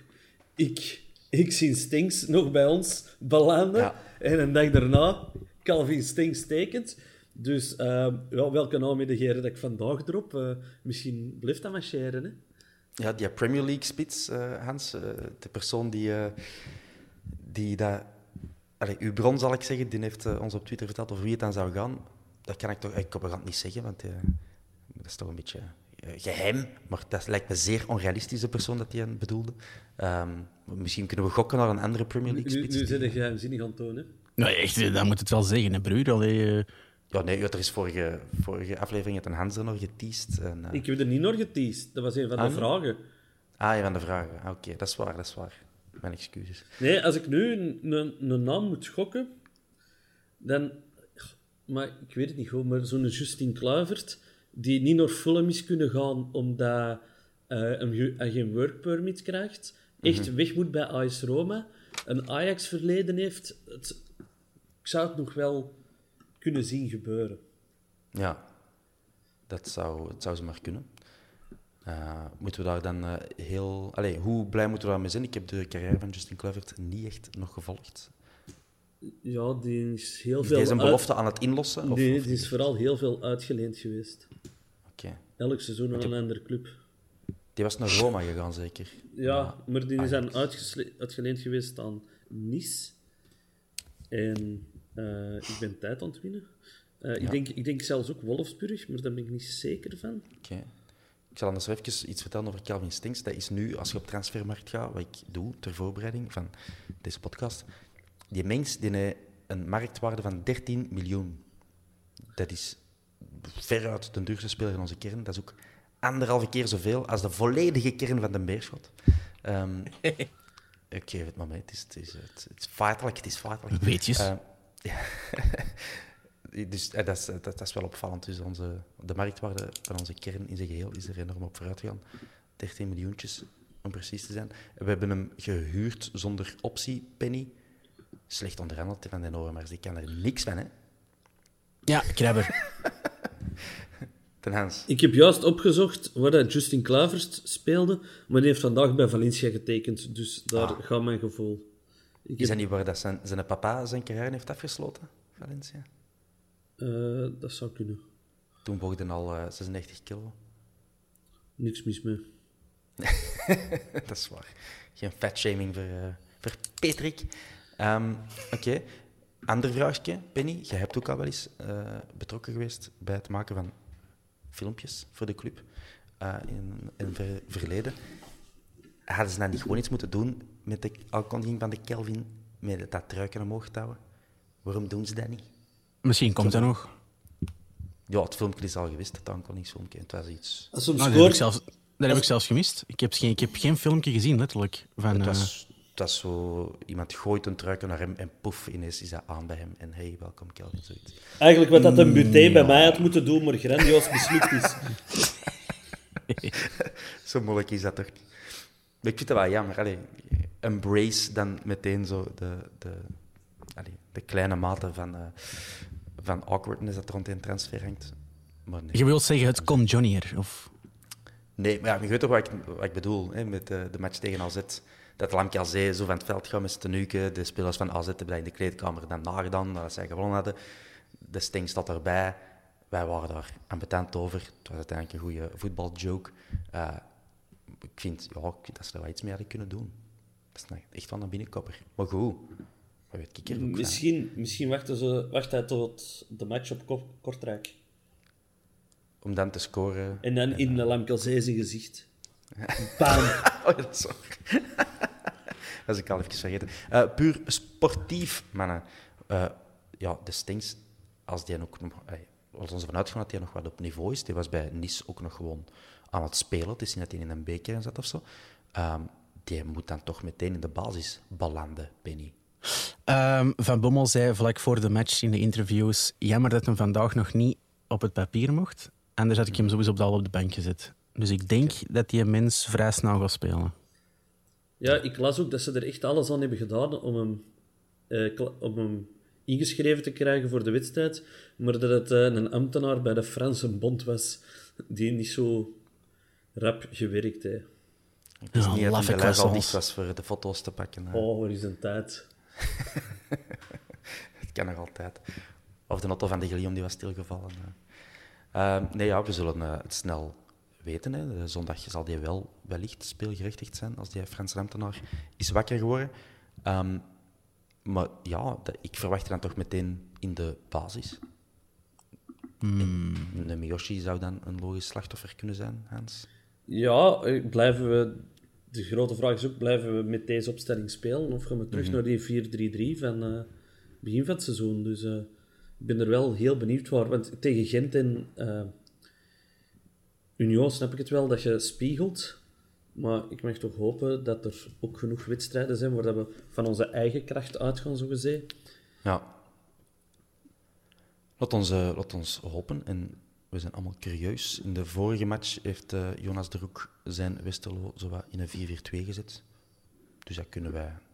Ik zie Stinks nog bij ons belanden. Ja. En een dag daarna, Calvin Stinks tekent. Dus welke naam heb je dat ik vandaag drop? Misschien blijft dat marcheren, hè? Ja, die Premier League-spits, Hans. De persoon die dat... uw bron, zal ik zeggen, die heeft ons op Twitter verteld over wie het dan zou gaan. Dat kan ik toch... Ik kan het niet zeggen, want dat is toch een beetje geheim. Maar dat lijkt me zeer onrealistisch, de persoon dat hij bedoelde. Misschien kunnen we gokken naar een andere Premier League-spits. Nu zit je geheimzinnig aan het tonen. Nou, echt, dat moet het wel zeggen, hè, broer. Ja, nee, er is vorige aflevering het een Hans er nog geteased. En, Ik heb er niet nog geteased. Dat was een van de vragen. Ah, een van de vragen. Oké, dat is waar. Mijn excuses. Nee, als ik nu een naam moet gokken, dan... Maar ik weet het niet goed, maar zo'n Justin Kluivert, die niet naar Fulham is kunnen gaan omdat hij geen work permit krijgt, echt weg moet bij AS Roma, een Ajax-verleden heeft, ik zou het nog wel kunnen zien gebeuren. Ja, het zou ze maar kunnen. Moeten we daar dan hoe blij moeten we daarmee zijn? Ik heb de carrière van Justin Kluivert niet echt nog gevolgd. Ja, die is heel veel... Is deze een belofte aan het inlossen? Nee, die is vooral heel veel uitgeleend geweest. Oké. Elk seizoen aan een andere club. Die was naar Roma gegaan, zeker? Ja, maar die is dan uitgeleend geweest aan Nice. En ik ben tijd aan het winnen. Ik denk zelfs ook Wolfsburg, maar daar ben ik niet zeker van. Oké. Ik zal anders even iets vertellen over Calvin Stinks. Dat is nu, als je op Transfermarkt gaat, wat ik doe ter voorbereiding van deze podcast... Die mens die heeft een marktwaarde van 13 miljoen. Dat is veruit de duurste speler in onze kern. Dat is ook 1,5 keer zoveel als de volledige kern van de Beerschot. Ik geef het maar mee. Het is feitelijk. Weetjes. Dus dat is wel opvallend. Dus de marktwaarde van onze kern in zijn geheel is er enorm op vooruit gegaan. 13 miljoentjes, om precies te zijn. We hebben hem gehuurd zonder optie, Penny. Slecht onderhandeld van den Overmars. Die kan er niks van, hè? Ja, krabber. Ten Hans. Ik heb juist opgezocht waar dat Justin Kluivert speelde, maar die heeft vandaag bij Valencia getekend. Dus daar gaat mijn gevoel. Is dat niet waar dat zijn papa zijn carrière heeft afgesloten, Valencia? Dat zou kunnen. Toen woog hij al 96 kilo. Niks mis mee. Dat is waar. Geen fatshaming voor Patrick. Oké. Ander vraagje, Penny. Jij hebt ook al wel eens betrokken geweest bij het maken van filmpjes voor de club in het verleden. Hadden ze dan niet gewoon iets moeten doen met de aankondiging van de Kelvin, met dat truiken omhoog te houden? Waarom doen ze dat niet? Misschien komt dat nog. Ja, het filmpje is al geweest, het aankondigingsfilmpje. Het was iets... Dat heb ik zelfs gemist. Ik heb geen filmpje gezien, letterlijk. Van, Dat is zo... Iemand gooit een truiken naar hem en poef, ineens is dat aan bij hem. En hey, welkom Kelvin, zoiets. Eigenlijk wat dat een buté bij mij had moeten doen, maar grandioos mislukt is. Zo moeilijk is dat toch niet. Maar ik vind dat wel jammer. Allee, embrace dan meteen zo de kleine mate van awkwardness dat rond een transfer hangt. Maar nee. Je wilt zeggen, het kon Johnny'er, of... Nee, maar ja, je weet toch wat ik bedoel, hè, met de match tegen AZ. Dat Lamke Alzee zo van het veld gaat met z'n tenuken. De spelers van AZ hebben dat in de kleedkamer dan nagedaan, nadat zij gewonnen hadden. De Sting staat erbij. Wij waren daar ambetant over. Het was uiteindelijk een goede voetbaljoke. Ik vind dat ze er wel iets mee hadden kunnen doen. Dat is echt van een binnenkopper. Maar goed, wat weet ik er ook van? Misschien wacht hij tot de match op Kortrijk. Om dan te scoren. En dan in Lamke Alzee zijn gezicht. Bam. Oh, dat is zo. Dat is ik al even vergeten. Puur sportief, mannen. De Stings, als die ook nog... Als onze vanuit gaan dat hij nog wat op niveau is. Die was bij Nice ook nog gewoon aan het spelen. Het is niet dat hij in een beker zat of zo. Die moet dan toch meteen in de basis belanden, Penny. Van Bommel zei vlak voor de match in de interviews... Jammer dat hem vandaag nog niet op het papier mocht. Anders had ik hem sowieso op de bank gezet. Dus ik denk dat die mens vrij snel gaat spelen. Ja, ik las ook dat ze er echt alles aan hebben gedaan om hem ingeschreven te krijgen voor de wedstrijd, maar dat het een ambtenaar bij de Franse bond was die niet zo rap gewerkt heeft. Ik wist niet dat hij al dicht was voor de foto's te pakken. Oh, waar is een tijd? Het kan nog altijd. Of de Otto van de Guillaume die was stilgevallen. We zullen het snel weten. Hè. Zondag zal die wel wellicht speelgerechtigd zijn als die Franse ambtenaar is wakker geworden. Maar ja, ik verwacht dan toch meteen in de basis. De Miyoshi zou dan een logisch slachtoffer kunnen zijn, Hans? Ja, de grote vraag is ook, blijven we met deze opstelling spelen of gaan we terug naar die 4-3-3 van begin van het seizoen? Dus ik ben er wel heel benieuwd voor. Want tegen Gent en Union snap ik het wel dat je spiegelt. Maar ik mag toch hopen dat er ook genoeg wedstrijden zijn waar we van onze eigen kracht uitgaan, zogezegd. Ja. Laat ons hopen. En we zijn allemaal curieus. In de vorige match heeft Jonas de Roek zijn Westerlo zowat in een 4-4-2 gezet. Dus dat kunnen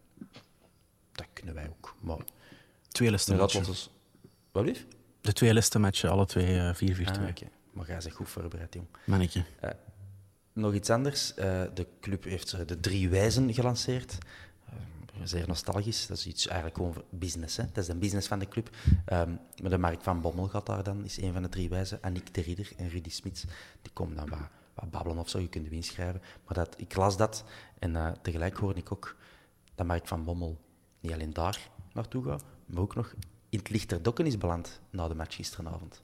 wij ook. Maar twee laatste matchen. Wat lief? De twee laatste matchen, alle twee 4-4-2. Okay. Maar jij zegt goed voorbereid, jong. Mannetje. Nog iets anders. De club heeft de 3 wijzen gelanceerd. Zeer nostalgisch. Dat is iets eigenlijk gewoon business. Hè? Dat is de business van de club. Maar de Mark van Bommel gaat daar dan, is een van de 3 wijzen. Annick de Ridder en Rudy Smits. Die komen dan wat babbelen of zo. Je kunt hem inschrijven. Maar ik las dat. En tegelijk hoorde ik ook dat Mark van Bommel niet alleen daar naartoe gaat, maar ook nog in het Lichterdokken is beland na de match gisteravond.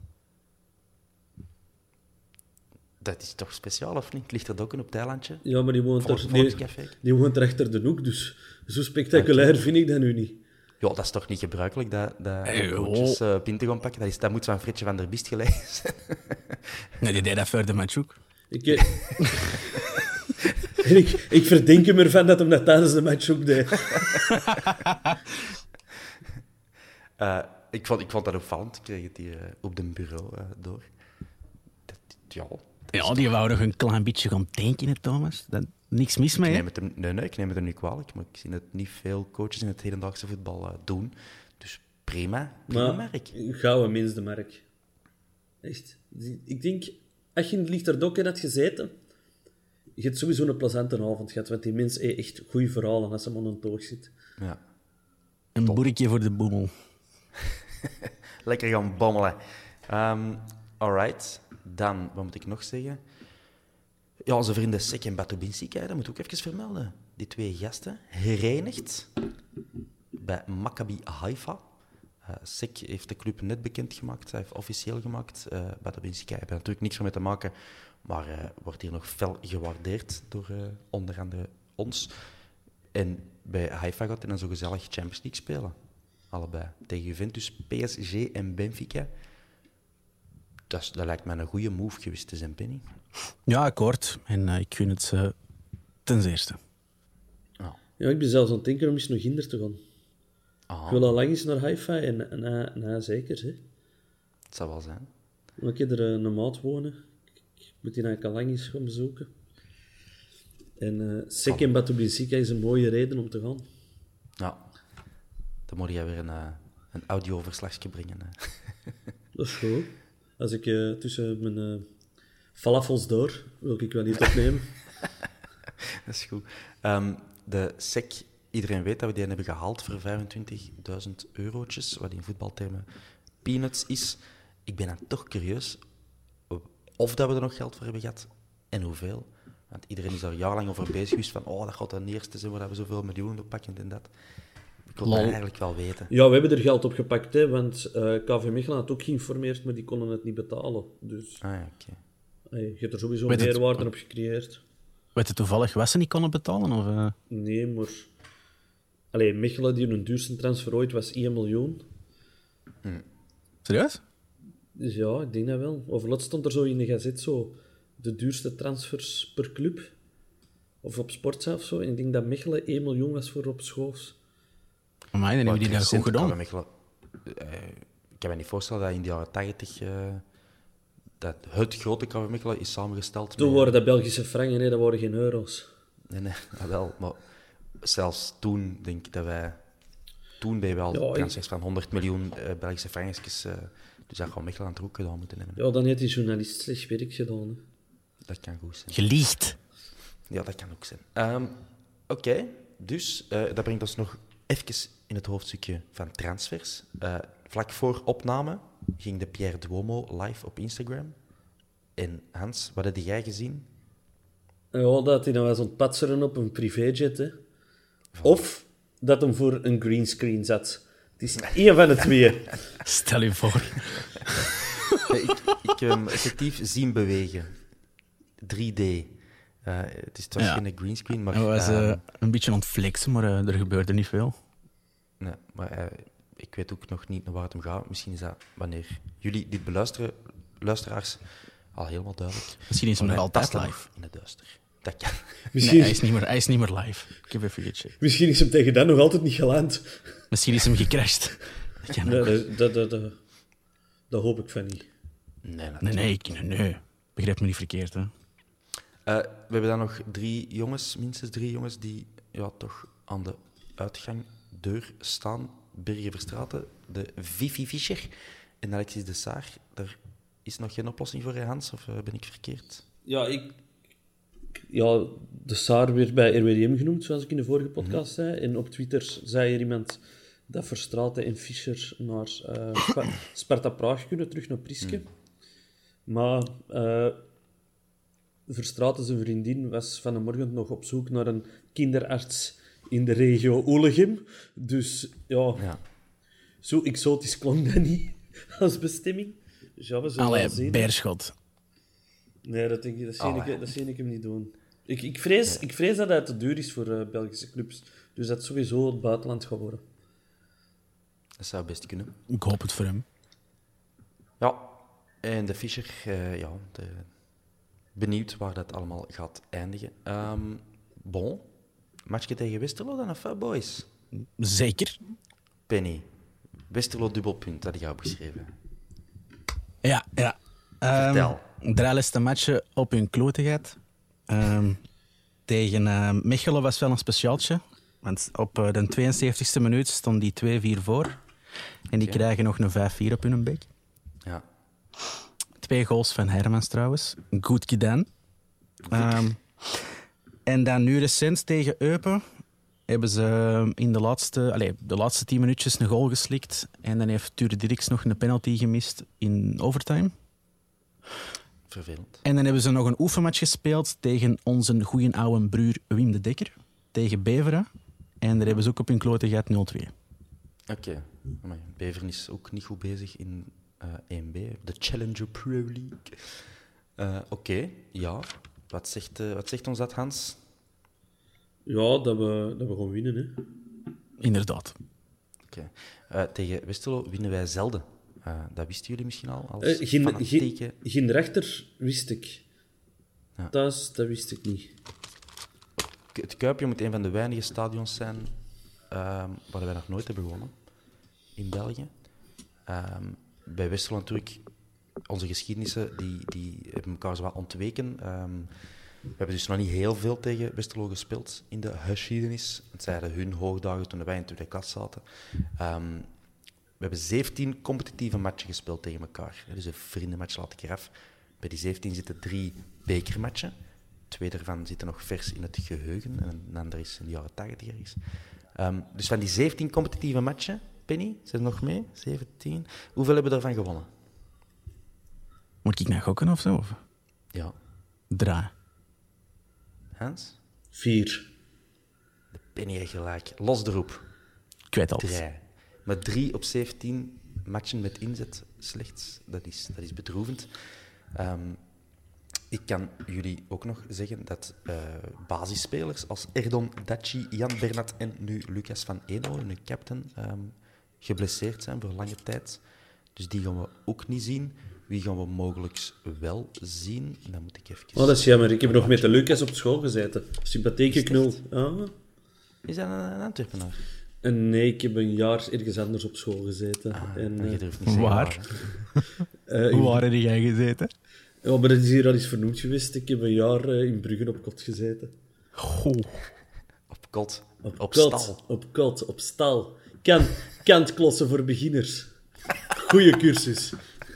Dat is toch speciaal, of niet? Het Lichterdokken op het eilandje. Ja, maar die woont er achter de hoek, dus zo spectaculair vind ik dat nu niet. Ja, dat is toch niet gebruikelijk, dat coaches pinten gaan pakken? Dat moet van Fritje van der Biest gelegen zijn. Nee, die deed dat voor de match ook. Ik verdenk hem ervan dat hij dat tijdens de match ook deed. Ik vond dat opvallend. Ik kreeg het hier op de bureau door. Ja, die wou nog een klein beetje gaan denken, hè, Thomas. Niks mis mee, hè? Ik neem het hem niet kwalijk, maar ik zie het niet veel coaches in het hedendaagse voetbal doen. Dus prima merk. Gouden mens, de Mark. Echt. Ik denk, als je in het Lichterdokken had gezeten, je hebt sowieso een plezante avond gehad, want die mens heeft echt goede verhalen als hij aan een toog zit. Ja. Een boerkje voor de boemel. Lekker gaan bommelen. Alright. Dan, wat moet ik nog zeggen? Ja, onze vrienden Sek en Batubinsika, dat moet ik ook even vermelden. Die 2 gasten, herenigd bij Maccabi Haifa. Sek heeft de club net bekendgemaakt, hij heeft officieel gemaakt. Batubinsika heeft er natuurlijk niks mee te maken, maar wordt hier nog fel gewaardeerd door onder andere ons. En bij Haifa gaat hij dan zo gezellig Champions League spelen. Allebei. Tegen Juventus, PSG en Benfica. Dat lijkt mij een goede move geweest te zijn, Penny. Ja, akkoord. En ik gun het ze ten zeerste. Oh. Ja, ik ben zelfs aan het denken om eens nog hinder te gaan. Oh. Ik wil al lang eens naar Haifa en hij zeker. Hè. Het zou wel zijn. Ik heb er een maat wonen. Ik moet die eigenlijk al lang eens gaan bezoeken. En Sek en Batubinsika is een mooie reden om te gaan. Ja. Dan moet je weer een audioverslagje brengen. Hè. Dat is goed. Als ik tussen mijn falafels door, wil ik wel niet opnemen. Dat is goed. De SEC, iedereen weet dat we die hebben gehaald voor €25.000, wat in voetbaltermen peanuts is. Ik ben dan toch curieus of dat we er nog geld voor hebben gehad en hoeveel. Want iedereen is daar jarenlang over bezig geweest van dat gaat de eerste zijn waar we zoveel miljoenen op pakken en dat. Ik wil dat eigenlijk wel weten. Ja, we hebben er geld op gepakt, hè, want KV Mechelen had ook geïnformeerd, maar die konden het niet betalen. Dus je hebt er sowieso meerwaarde op gecreëerd. Weet je toevallig wat ze niet konden betalen? Of, Nee, maar... Mechelen, die hun duurste transfer ooit was 1 miljoen. Serieus? Dus ja, ik denk dat wel. Overlaatst stond er zo in de gazet zo de duurste transfers per club. Of op Sportza of zo. En ik denk dat Mechelen 1 miljoen was voor op Schoofs. Maar dan hebben die dat goed gedaan. Ik kan me niet voorstellen dat in de jaren 80 het grote KV Mechelen is samengesteld Toen worden dat Belgische franken, hè, dat worden geen euro's. Nee, wel. Maar zelfs toen, denk ik dat wij... Toen ben je wel transfers van 100 miljoen Belgische frankjes. Dus dat gaan Mechelen aan het roek gedaan moeten hebben. Ja, dan heeft die journalist slecht werk gedaan. Hè. Dat kan goed zijn. Geliegd. Ja, dat kan ook zijn. Oké, dus dat brengt ons nog even in het hoofdstukje van transfers. Vlak voor opname ging de Pierre Duomo live op Instagram. En Hans, wat heb jij gezien? Ja, dat hij nou was ontpatseren op een privéjet. Hè. Of dat hem voor een greenscreen zat. Het is één van de twee. Stel je voor. Ik heb hem effectief zien bewegen. 3D. Het is toch geen greenscreen, maar... Hij was een beetje aan het flexen, maar er gebeurde niet veel. Nee, maar ik weet ook nog niet naar waar het om gaat. Misschien is dat wanneer jullie dit beluisteren, luisteraars, al helemaal duidelijk. Misschien is hem nog altijd live. In het duister. Dat kan. Nee, hij is niet meer live. Ik heb even gecheckt. Misschien is hem tegen dat nog altijd niet geland. Misschien is hem gecrashed. Dat kan ook. Dat hoop ik van niet. Nee. Begrijp me niet verkeerd, hè. We hebben dan nog minstens drie jongens, die toch aan de uitgangdeur staan. Birger Verstraeten, de Vivi Fischer en Alexis de Saar. Daar is nog geen oplossing voor, Hans, of ben ik verkeerd? Ja, de Saar werd bij RWDM genoemd, zoals ik in de vorige podcast zei. En op Twitter zei er iemand dat Verstraeten en Fischer naar Sparta Praag kunnen, terug naar Priske. Maar Verstraeten, zijn vriendin, was vanmorgen nog op zoek naar een kinderarts in de regio Oelegem. Dus ja, zo exotisch klonk dat niet als bestemming. Dus ja, we zullen wel zien. Beerschot. Nee, dat zie ik hem niet doen. Ik vrees dat het te duur is voor Belgische clubs. Dus dat sowieso het buitenland gaat worden. Dat zou best kunnen. Ik hoop het voor hem. Ja, en de Fischer, benieuwd waar dat allemaal gaat eindigen. Bon, matchje tegen Westerlo dan, of boys? Zeker. Penny, Westerlo dubbelpunt, dat had je opgeschreven. Ja. Vertel. 3 laatste matchen op hun kloten gaat. Tegen Mechelen was wel een speciaaltje. Want op de 72e minuut stond die 2-4 voor. En die krijgen nog een 5-4 op hun bek. Ja. 2 goals van Hermans trouwens. Goed gedaan. En dan nu recent tegen Eupen hebben ze in de laatste 10 minuutjes een goal geslikt. En dan heeft Ture Dirks nog een penalty gemist in overtime. Vervelend. En dan hebben ze nog een oefenmatch gespeeld tegen onze goeie oude broer Wim de Dekker. Tegen Beveren. En daar hebben ze ook op hun kloten gehad 0-2. Oké. Beveren is ook niet goed bezig in 1B, de Challenger Pro League. Oké, ja. Wat zegt ons dat, Hans? Ja, dat we gewoon winnen, hè. Inderdaad. Oké. Tegen Westerlo winnen wij zelden. Dat wisten jullie misschien al? Als geen rechter wist ik. Ja. Dat wist ik niet. Het Kuipje moet een van de weinige stadions zijn waar wij nog nooit hebben gewonnen in België. Bij Westerlo natuurlijk, onze geschiedenissen die hebben elkaar zo wat ontweken. We hebben dus nog niet heel veel tegen Westerlo gespeeld in de geschiedenis. Het zijn hun hoogdagen toen wij in de tweede klas zaten. We hebben 17 competitieve matchen gespeeld tegen elkaar. Dus een vriendenmatch laat ik eraf. Bij die 17 zitten 3 bekermatchen. 2 daarvan zitten nog vers in het geheugen. En een ander is in de jaren 80 ergens. Dus van die 17 competitieve matchen, Penny, zijn er nog mee? 17. Hoeveel hebben we daarvan gewonnen? Moet ik naar gokken of zo? Of? Ja. 3. Hans? 4. De Penny heeft gelijk. Los de roep. Ik weet alles. 3. Maar 3 op 17 matchen met inzet slechts. Dat is bedroevend. Ik kan jullie ook nog zeggen dat basisspelers als Erdon Daci, Jan Bernat en nu Lucas van Eno, hun captain, geblesseerd zijn voor lange tijd. Dus die gaan we ook niet zien. Wie gaan we mogelijk wel zien? Dan moet ik even... Oh, dat is jammer. Ik heb nog met de Lucas op school gezeten. Sympathieke knul. Ah. Is dat een Antwerpenaar? Nee, ik heb een jaar ergens anders op school gezeten. Je durft niet zeggen waar. Hoe waar heb jij gezeten? Ja, maar dat is hier al eens vernoemd geweest. Ik heb een jaar in Brugge op kot gezeten. Goh. Op kot. Op kot, stal. Op kot, op stal. Kantklossen voor beginners. Goeie cursus.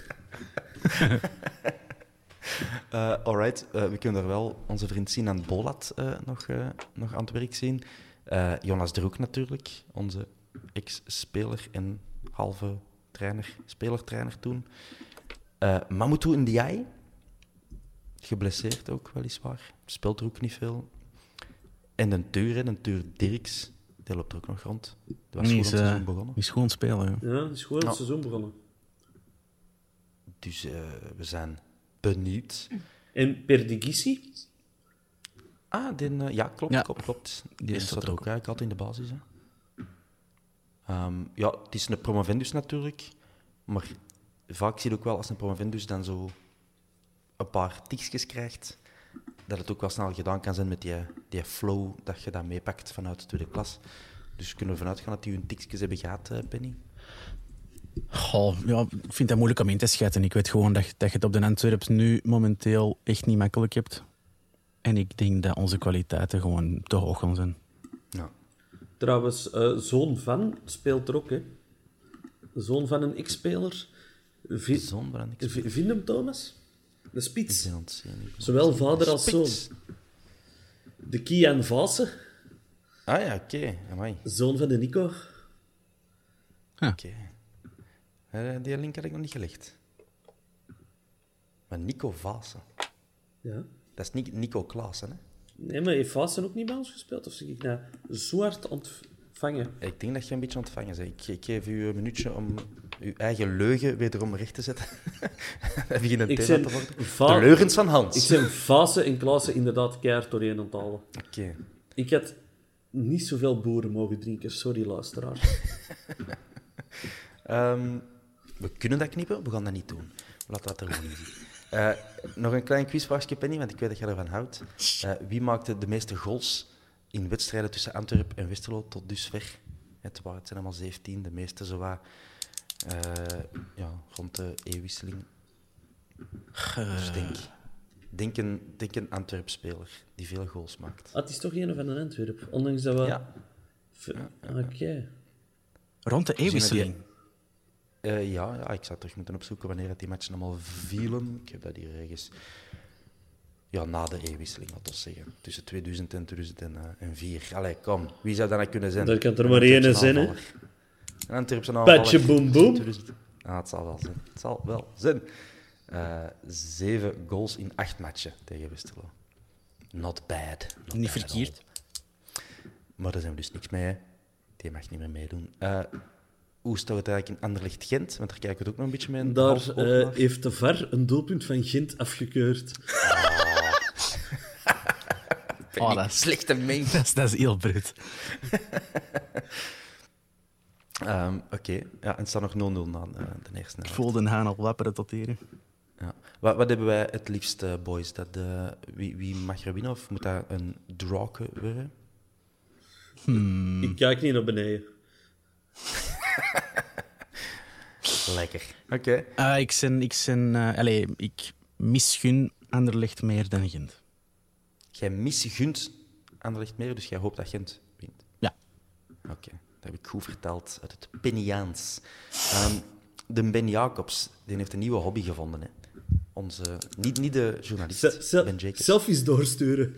Alright, we kunnen er wel onze vriend Sinan Bolat nog aan het werk zien. Jonas Droek natuurlijk, onze ex-speler en halve speler-trainer toen. Mamoutou Ndiaye, geblesseerd ook weliswaar, speelt er ook niet veel. En de Tuur Dirks, die loopt er ook nog rond. Die was goed aan het seizoen begonnen. Die is gewoon spelen, ja. Ja, die is gewoon het seizoen begonnen. Dus we zijn benieuwd. En Perdigissi? Ja, klopt. Die staat er ook eigenlijk altijd in de basis. Hè. Ja, het is een promovendus natuurlijk, maar vaak zie je ook wel als een promovendus dan zo een paar tikjes krijgt, dat het ook wel snel gedaan kan zijn met die flow dat je dan meepakt vanuit de tweede klas. Dus kunnen we vanuit gaan dat die hun tikjes hebben gehad, Penny? Goh, ja, ik vind dat moeilijk om in te schatten. Ik weet gewoon dat je het op de Antwerps nu momenteel echt niet makkelijk hebt. En ik denk dat onze kwaliteiten gewoon te hoog gaan zijn. Ja. Trouwens, zoon van speelt er ook, hè. Zoon van een ex-speler. Zoon van een ex-speler. Vind hem, Thomas? De spits. Zien. Zowel vader als zoon. De Kian Vaassen. Ah ja, oké. Amai. Zoon van de Nico. Oké. Die link had ik nog niet gelegd. Maar Nico Vaassen. Ja. Dat is niet Nico Klaassen, hè? Nee, maar heeft Vaassen ook niet bij ons gespeeld? Of zeg ik nou zo hard ontvangen? Ik denk dat je een beetje ontvangen bent. Ik geef u een minuutje om uw eigen leugen wederom recht te zetten. We beginnen een thema te worden. De leugens van Hans. Ik ben Vaassen en Klaassen inderdaad keihard doorheen aan het halen. Oké. Ik had niet zoveel boeren mogen drinken. Sorry, luisteraar. We kunnen dat knippen, we gaan dat niet doen. Laten we dat er gewoon in zien. Nog een klein quizvraagje, Penny, want ik weet dat jij ervan houdt. Wie maakte de meeste goals in wedstrijden tussen Antwerpen en Westerlo tot dusver? Het zijn allemaal 17, de meeste zowat rond de E-wisseling. Dus denk een Antwerp-speler die veel goals maakt. Het is toch een van een Antwerp, ondanks dat we... Ja. Oké. Rond de E-wisseling? Ja, ik zou terug moeten opzoeken wanneer die matchen allemaal vielen. Ik heb dat hier ergens... Ja, na de E-wisseling, laten we zeggen. Tussen 2000 en 2004. Allee, kom. Wie zou dat nou kunnen zijn? Dat kan er maar één zijn, hè? Een Antwerpse aanvaller. Patje boem boem. Het zal wel zijn. Het zal wel zijn. 7 goals in 8 matchen tegen Westerlo. Not bad. Niet verkeerd. Maar daar zijn we dus niks mee, hè. Die mag niet meer meedoen. Hoe staat het eigenlijk in Anderlecht-Gent? Want daar kijken we het ook nog een beetje mee. Daar heeft de VAR een doelpunt van Gent afgekeurd. Dat is slechte meng. Dat is heel bruut. Oké. Ja, en het staat nog 0-0 na de eerste. Ik voel de haan al wapperen tot hier. Ja. Wat hebben wij het liefst, boys? Wie mag er winnen? Of moet dat een drawke worden? Ik kijk niet naar beneden. Lekker. Oké. Ik misgun Anderlecht meer dan Gent. Jij misgunt Anderlecht meer, dus jij hoopt dat Gent wint? Ja. Oké. Dat heb ik goed verteld uit het Penniaans. De Ben Jacobs, die heeft een nieuwe hobby gevonden. Hè. Niet de journalist, Ben Jacobs. Selfies doorsturen.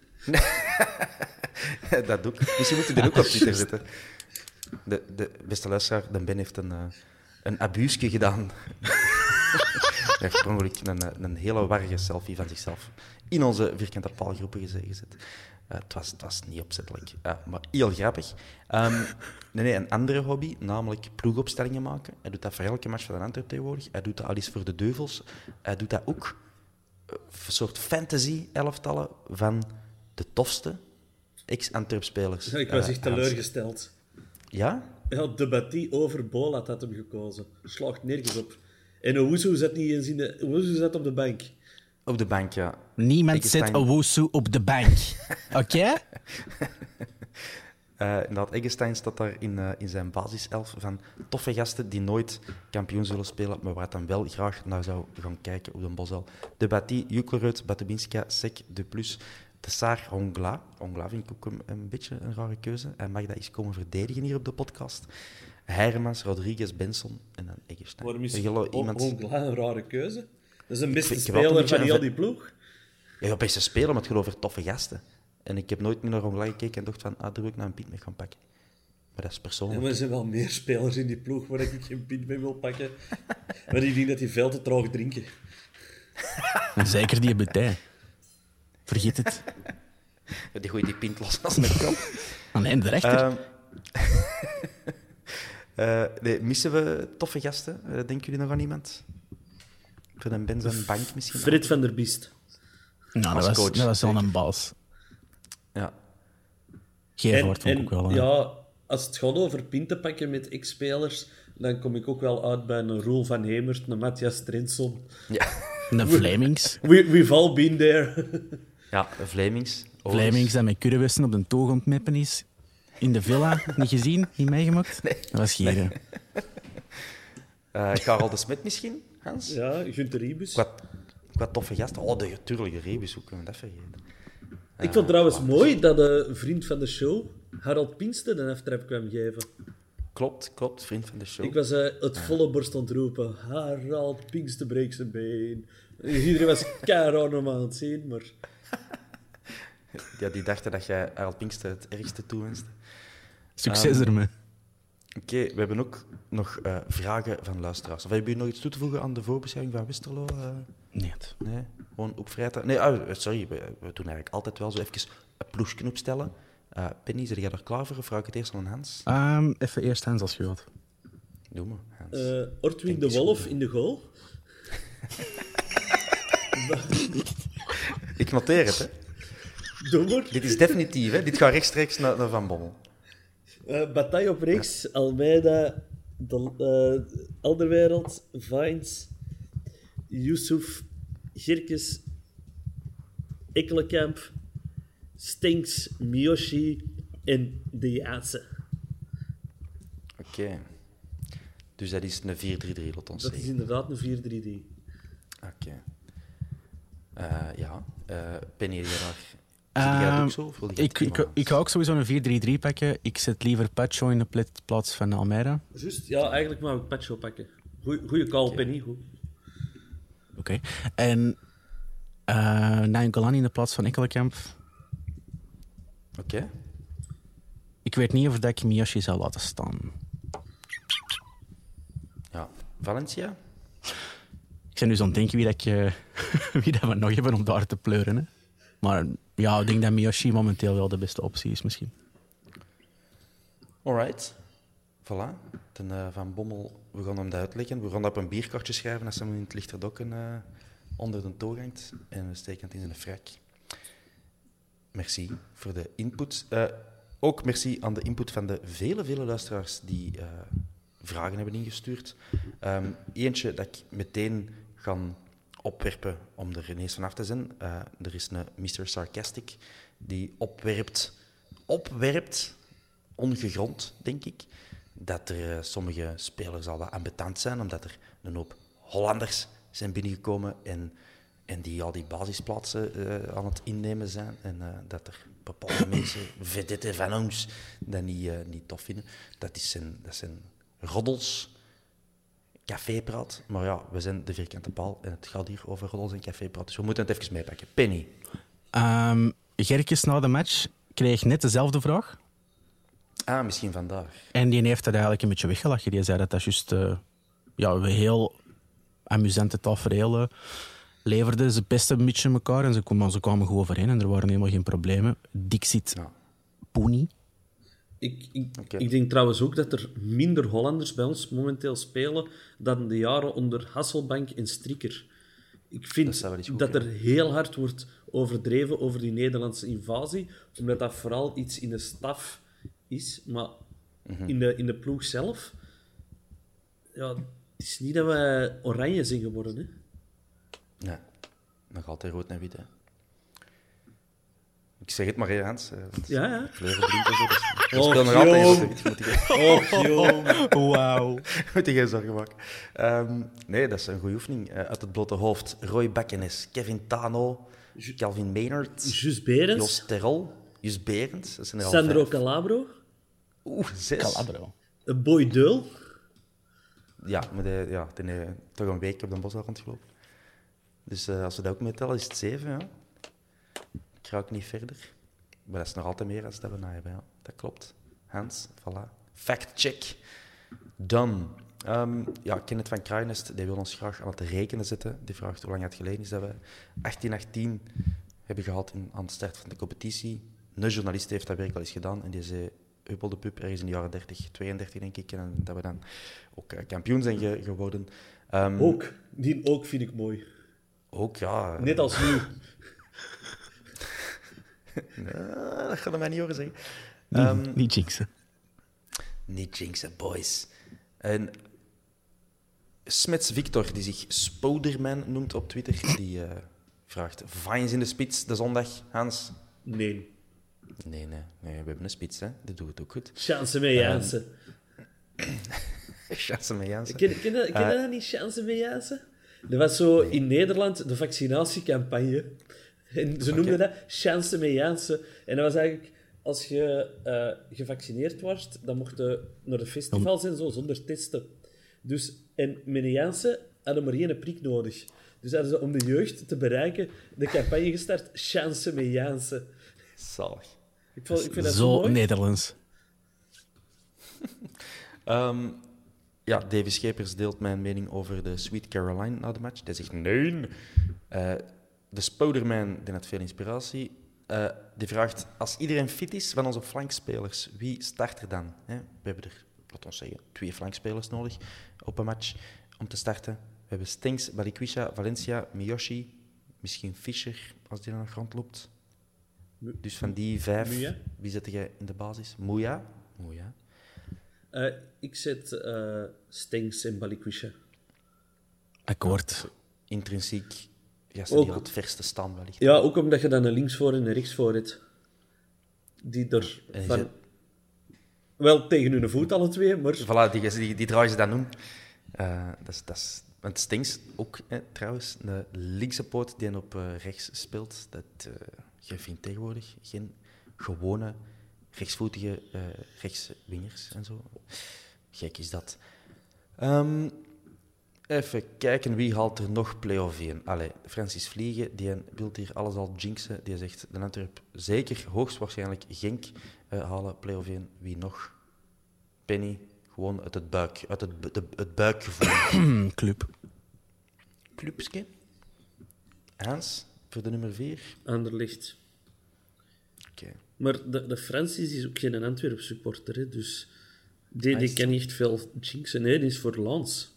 Dat doe ik. Misschien moet ik dit ook op Twitter zetten. De beste luisteraar, de Ben heeft een abuusje gedaan. Hij heeft per ongeluk een hele warrige selfie van zichzelf in onze vierkante paalgroepen gezet. Het was niet opzettelijk, maar heel grappig. Een andere hobby, namelijk ploegopstellingen maken. Hij doet dat voor elke match van de Antwerp tegenwoordig. Hij doet dat al eens voor de Deuvels. Hij doet dat ook een soort fantasy-elftallen van de tofste ex-Antwerp-spelers. Ik was echt teleurgesteld. Ja? Ja, de Battie over Bolat had hem gekozen. Slaagt nergens op. En Owusu zat niet eens Owusu zat op de bank. Op de bank, ja. Niemand zet Owusu op de bank. Oké? Inderdaad, Eggestein staat daar in zijn basiself van toffe gasten die nooit kampioen zullen spelen, maar waar dan wel graag naar zou gaan kijken op de Bosel. De Bati, Juklerud, Batubinska, Sek, De Plus, Tessar, Hongla. Hongla vind ik ook een beetje een rare keuze. Hij mag dat eens komen verdedigen hier op de podcast. Heiremans, Rodriguez, Benson en dan Eggestein. Waarom is iemand... Hongla een rare keuze? Dat is een beste Ik speler van heel die ploeg. Ja, beste speler, maar het gaat over toffe gasten. En ik heb nooit meer naar Hongla gekeken en dacht van, daar wil ik nou een pint mee gaan pakken. Maar dat is persoonlijk. Ja, maar er zijn wel meer spelers in die ploeg waar ik geen pint mee wil pakken. Maar die denk dat die veel te traag drinken. En zeker die Betij. Vergeet het. Ja, die gooit die pint los als een kop. Nee, de rechter. Nee, missen we toffe gasten? Denken jullie nog aan iemand? Voor een Benz en bank misschien? Fred van der Biest. Nou, dat was wel een bas. Ja. Geervoort vond ik ook wel. Ja, als het gaat over pinten pakken met ex-spelers, dan kom ik ook wel uit bij een Roel van Hemert, een Matthias Trentson. Ja. De Vlamings. We've all been there. Ja, Vlamings. Vlamings dat met kurwesten op de toog ontmeppen is. In de villa. Niet gezien? Niet meegemaakt? Nee. Dat was Gieren. Karel de Smet misschien, Hans? Ja, Gunther Rebus. Qua toffe gasten. Oh, de natuurlijke Rebus, hoe kunnen we dat vergeten? Ik vond trouwens mooi dat een vriend van de show, Harald Pinsten, een aftrap kwam geven. Klopt, vriend van de show. Ik was het volle borst aan het roepen. Harald Pinsten breekt zijn been. Iedereen was keihard om aan het zien, maar... Ja, die dachten dat jij Harald Pinkster het ergste toewenste. Succes ermee. Oké, we hebben ook nog vragen van luisteraars. Of hebben jullie nog iets toe te voegen aan de voorbeschouwing van Westerlo? Nee. Nee, gewoon op vrijdag. Nee, sorry, we doen eigenlijk altijd wel zo even een ploegje opstellen. Penny, ben jij er klaar voor? Of vraag ik het eerst aan Hans? Even eerst Hans als je wilt. Doe maar, Hans. Ortwin de Wolf in de goal. Ik noteer het, hè. Doe maar. Dit is definitief, hè. Dit gaat rechtstreeks naar Van Bommel. Bataille op rechts, Almeida, Alderweireld, Vines, Yusuf, Girkes, Ekkelenkamp, Stinks, Miyoshi en De Jaatse. Oké. Dus dat is een 4-3-3, laat ons Dat is zeggen. inderdaad een 4-3-3. Oké. Penny, zie jij dat ook zo? Of wil je het Ik ga ook sowieso een 4-3-3 pakken. Ik zet liever Pacho in de plaats van Almeida. Juist, ja, eigenlijk mag ik Pacho pakken. Goeie call, Penny. Goed. Oké. En Nainggolan in de plaats van Ekkelenkamp. Oké. Ik weet niet of dat ik Miyoshi zou laten staan. Ja. Valencia? Ik ben nu zo aan het denken wie dat we nog hebben om daar te pleuren. Hè. Maar ja, ik denk dat Miyoshi momenteel wel de beste optie is misschien. Alright. Voilà. Van Bommel, we gaan hem dat uitleggen. We gaan dat op een bierkartje schrijven als hij hem in het lichterdokken onder de toog hangt. En we steken het in zijn frak. Merci voor de input. Ook merci aan de input van de vele luisteraars die vragen hebben ingestuurd. Eentje dat ik meteen ga opwerpen om er ineens vanaf te zijn. Er is een Mr. Sarcastic die opwerpt, ongegrond, denk ik, dat er sommige spelers al wat ambetant zijn, omdat er een hoop Hollanders zijn binnengekomen en die al die basisplaatsen aan het innemen zijn. En dat er bepaalde mensen, vedette van ons, dat niet tof vinden. Dat zijn roddels, cafépraat. Maar ja, we zijn de vierkante paal en het gaat hier over roddels en cafépraat. Dus we moeten het even meepakken. Penny. Gerkes na de match kreeg net dezelfde vraag. Misschien vandaag. En die heeft dat eigenlijk een beetje weggelachen. Die zei dat dat juist een heel amusante tafereel leverde. Ze pesten een beetje elkaar en ze kwamen goed overeen en er waren helemaal geen problemen. Dixit Poenie. Ik denk trouwens ook dat er minder Hollanders bij ons momenteel spelen dan de jaren onder Hasselbank en Strikker. Ik vind dat er heel hard wordt overdreven over die Nederlandse invasie, omdat dat vooral iets in de staf is, maar in de ploeg zelf... Ja, het is niet dat wij oranje zijn geworden, hè. Nee, nog altijd rood en wit, hè. Ik zeg het maar, Hans. Ja. Kleurenblind en zo. We Och, spelen nog altijd. jong. Wauw. Moet je geen zorgen maken. Nee, dat is een goede oefening. Uit het blote hoofd. Roy Bakkenes, Kevin Tano, Calvin Maynard, Jus Berends. Jos Terrol, Jus Berends. Dat zijn er al Sandro 5. Calabro. 6. Calabro. Boy Deul. Ja, maar die heeft toch een week op de bos al rondgelopen. Dus als we dat ook meetellen, is het 7. Ja. Ik ga ook niet verder. Maar dat is nog altijd meer dan dat we na hebben. Ja. Dat klopt. Hans, voilà. Fact check. Done. Kenneth van Kruijnest, die wil ons graag aan het rekenen zetten. Die vraagt hoe lang het geleden is dat we 1818 hebben gehad aan de start van de competitie. Een journalist heeft dat werk al eens gedaan en die zei Huppel de Pup ergens in de jaren 32 denk ik. En dat we dan ook kampioen zijn geworden. Die ook vind ik mooi. Ook, ja. Net als nu. Nee, dat gaat mij niet horen zeggen. Niet jinxen. Niet jinxen, boys. En Smets Victor, die zich Spoderman noemt op Twitter, die vraagt: Vines in de spits de zondag, Hans? Nee. Nee, we hebben een spits, hè. Die doet het ook goed. Chance met Jansen. Chance met Jansen. Ken je dat niet, Chance met Jansen? Dat was zo in Nederland de vaccinatiecampagne. En ze noemden dat Chance met Jansen. En dat was eigenlijk, als je gevaccineerd wordt, dan mocht je naar de festivals en zo zonder testen. Dus, en met een Jansen hadden maar één prik nodig. Dus hadden ze om de jeugd te bereiken de campagne gestart Chance met Jansen. Zalig. Ik vind dat Zo mooi. Nederlands. Davy Schepers deelt mijn mening over de Sweet Caroline na de match. Hij zegt nee. De Spoderman, die had veel inspiratie. Die vraagt, als iedereen fit is van onze flankspelers, wie start er dan? We hebben er, laten we zeggen, 2 flankspelers nodig op een match om te starten. We hebben Stenks, Balikwisha, Valencia, Miyoshi, misschien Fischer, als die nog rondloopt. Dus van die 5, Muya? Wie zet jij in de basis? Muya. Ik zet Stenks en Balikwisha. Akkoord. Intrinsiek, gasten die al het verste staan wellicht. Ja, ook omdat je dan een linksvoor en een rechtsvoor hebt. Die er van... Wel tegen hun voet alle twee, maar... Voilà, die draaien ze dan om. Want Stenks ook, trouwens, de linkse poot die op rechts speelt, dat je vindt tegenwoordig geen gewone rechtsvoetige rechtswingers en zo. Gek is dat. Even kijken, wie haalt er nog play-off in? Allee, Francis Vliegen, die wil hier alles al jinxen. Die zegt, de Antwerp zeker, hoogstwaarschijnlijk Genk halen play-off in. Wie nog? Penny, gewoon uit het buikgevoel. Club. Clubske. Hans, voor de nummer 4. Anderlecht. Oké. Maar de Francis is ook geen Antwerp-supporter, hè, dus die kan niet echt veel jinxen. Nee, die is voor Lens.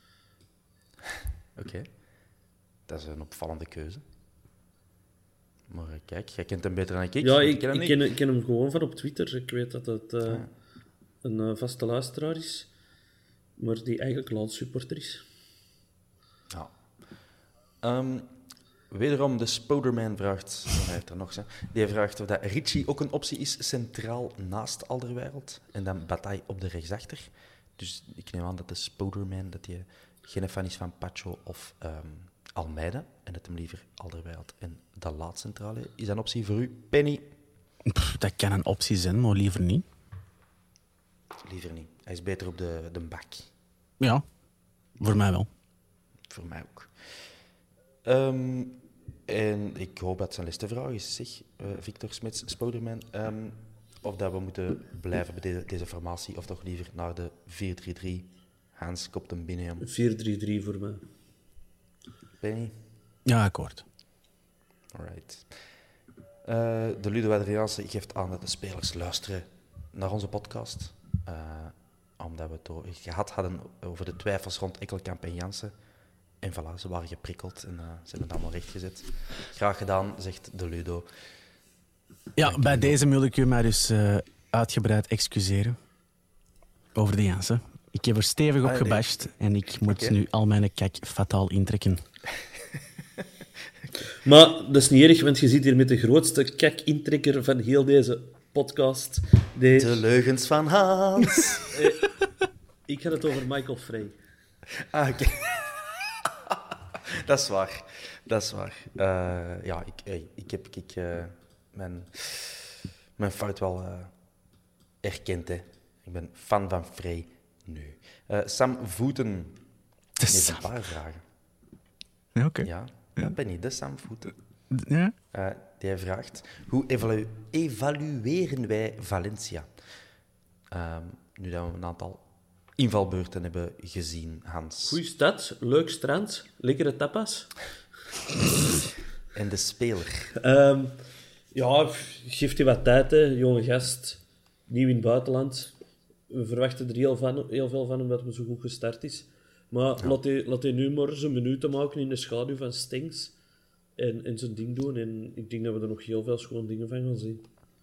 Oké. Dat is een opvallende keuze. Maar kijk, jij kent hem beter dan ik. Ja, ik ken hem gewoon van op Twitter. Ik weet dat het een vaste luisteraar is, maar die eigenlijk Lens-supporter is. Ja. Wederom, de Spoderman vraagt, hij heeft er nog zijn, die vraagt of dat Ritchie ook een optie is, centraal naast Alderweireld en dan Bataille op de rechtsachter. Dus ik neem aan dat de Spoderman, dat hij geen fan is van Pacho of Almeida en dat hem liever Alderweireld en de laat centrale. Is dat een optie voor u, Penny? Dat kan een optie zijn, maar liever niet. Liever niet. Hij is beter op de bak. Ja, voor mij wel. Voor mij ook. En ik hoop dat zijn laatste vraag is, zeg, Victor Smets, Spoderman, of dat we moeten blijven bij deze formatie, of toch liever naar de 4-3-3. Hans kopt hem binnen hem. 4-3-3 voor mij. Penny? Ja, akkoord. Alright. De Ludo Adriaanse geeft aan dat de spelers luisteren naar onze podcast. Omdat we het gehad hadden over de twijfels rond Ekkelkamp en Jansen. En voilà, ze waren geprikkeld en ze hebben het allemaal rechtgezet. Graag gedaan, zegt de Ludo. Ja, bij deze wil ik u mij dus uitgebreid excuseren over de Jansen. Ik heb er stevig op gebashed en ik moet nu al mijn kijk fataal intrekken. Maar dat is niet erg, want je zit hier met de grootste kak-intrekker van heel deze podcast. De leugens van Hans. Ik had het over Michael Frey. Oké. Dat is waar. Dat is waar. Ja, ik heb mijn fout wel erkend. Hè. Ik ben fan van Frey nu. Sam Voeten heeft een paar vragen. Ja, oké. Ja, dat ben ik, de Sam Voeten. Ja? Die vraagt, hoe evalueren wij Valencia? Nu dat we een aantal invalbeurten hebben gezien, Hans. Goeie stad, leuk strand, lekkere tapas. En de speler. Ja, geeft hij wat tijd, hè. Jonge gast, nieuw in het buitenland. We verwachten er heel veel van, omdat hij zo goed gestart is. Maar laat hij nu maar zijn minuten maken in de schaduw van Stengs. En zijn ding doen. En ik denk dat we er nog heel veel schoon dingen van gaan zien.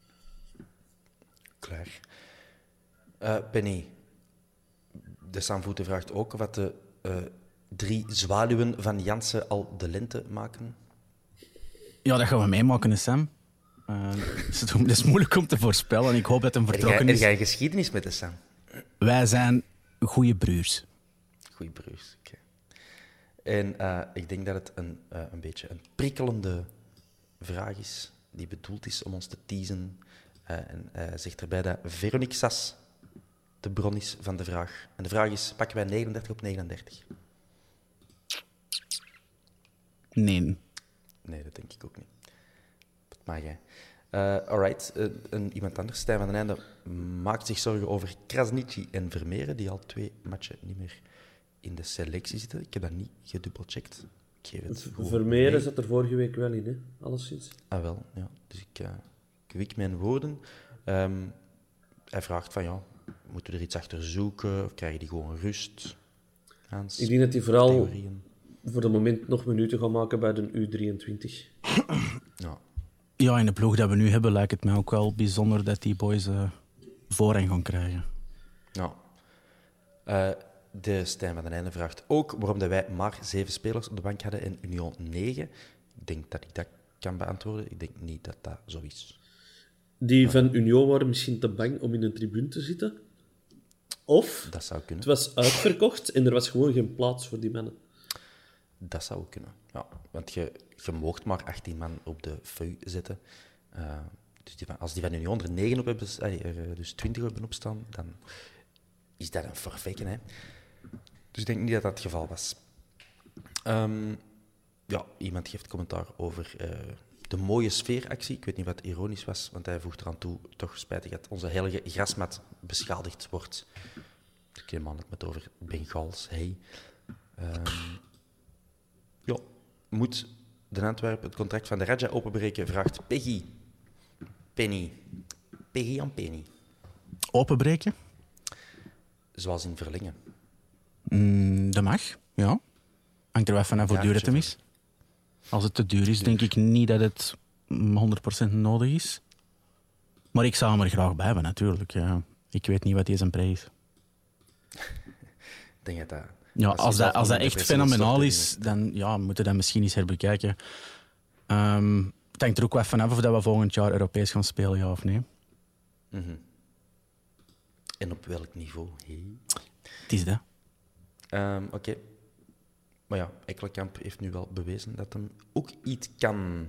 Klaar. Penny. De Samvoeten vraagt ook wat de 3 zwaluwen van Jansen al de lente maken. Ja, dat gaan we meemaken, hè, Sam. Het is moeilijk om te voorspellen en ik hoop dat hem vertrokken is. Er jij geschiedenis met de Sam? Wij zijn goede broers. Goeie broers, oké. En ik denk dat het een beetje een prikkelende vraag is, die bedoeld is om ons te teasen. En hij zegt erbij dat Veronique Sas de bron is van de vraag. En de vraag is, pakken wij 39 op 39? Nee. Nee, dat denk ik ook niet. Dat mag jij. Alright, iemand anders, Stijn van den Einde, maakt zich zorgen over Krasniqi en Vermeeren, die al 2 matchen niet meer in de selectie zitten. Ik heb dat niet gedubbelcheckt. Ik geef het Vermeeren zat er vorige week wel in, hè? Alleszins. Ah, wel, ja. Dus ik wik mijn woorden. Hij vraagt van, ja, moeten we er iets achter zoeken? Of krijgen die gewoon rust? Hans, Ik denk dat hij vooral theorieën. voor het moment nog minuten gaat maken bij de U23. Ja. Ja, in de ploeg dat we nu hebben lijkt het mij ook wel bijzonder dat die boys voorrang gaan krijgen. Ja. De Stijn van den Einde vraagt ook waarom dat wij maar 7 spelers op de bank hadden en Union 9. Ik denk dat ik dat kan beantwoorden. Ik denk niet dat dat zo is. Die van Union waren misschien te bang om in een tribune te zitten. Of Dat zou kunnen. het was uitverkocht en er was gewoon geen plaats voor die mannen. Dat zou kunnen, ja. Want je moogt maar 18 man op de feu zetten. Dus als die van Union er 9 op hebben, dus 20 hebben opstaan, dan is dat een forfait, hè. Dus ik denk niet dat dat het geval was. Ja, iemand geeft commentaar over de mooie sfeeractie. Ik weet niet wat ironisch was, want hij voegt eraan toe, toch spijtig dat onze heilige grasmat beschadigd wordt. Ik heb het met over Bengaals, hey. Ja, moet de Antwerpen het contract van de Raja openbreken, vraagt Penny. Peggy aan Penny. Openbreken? Zoals in verlengen. Dat mag, ja. Hangt er wel vanaf hoe duur het hem is. Als het te duur is, denk ik niet dat het 100% nodig is. Maar ik zou hem er graag bij hebben, natuurlijk. Ja. Ik weet niet wat deze prijs is. Denk je dat... Ja, als dat echt fenomenaal is, dan ja, moeten we dat misschien eens herbekijken. Het hangt er ook wat vanaf of dat we volgend jaar Europees gaan spelen, ja of nee. Mm-hmm. En op welk niveau? Hey. Het is dat. Oké. Maar ja, Ekkelenkamp heeft nu wel bewezen dat hem ook iets kan.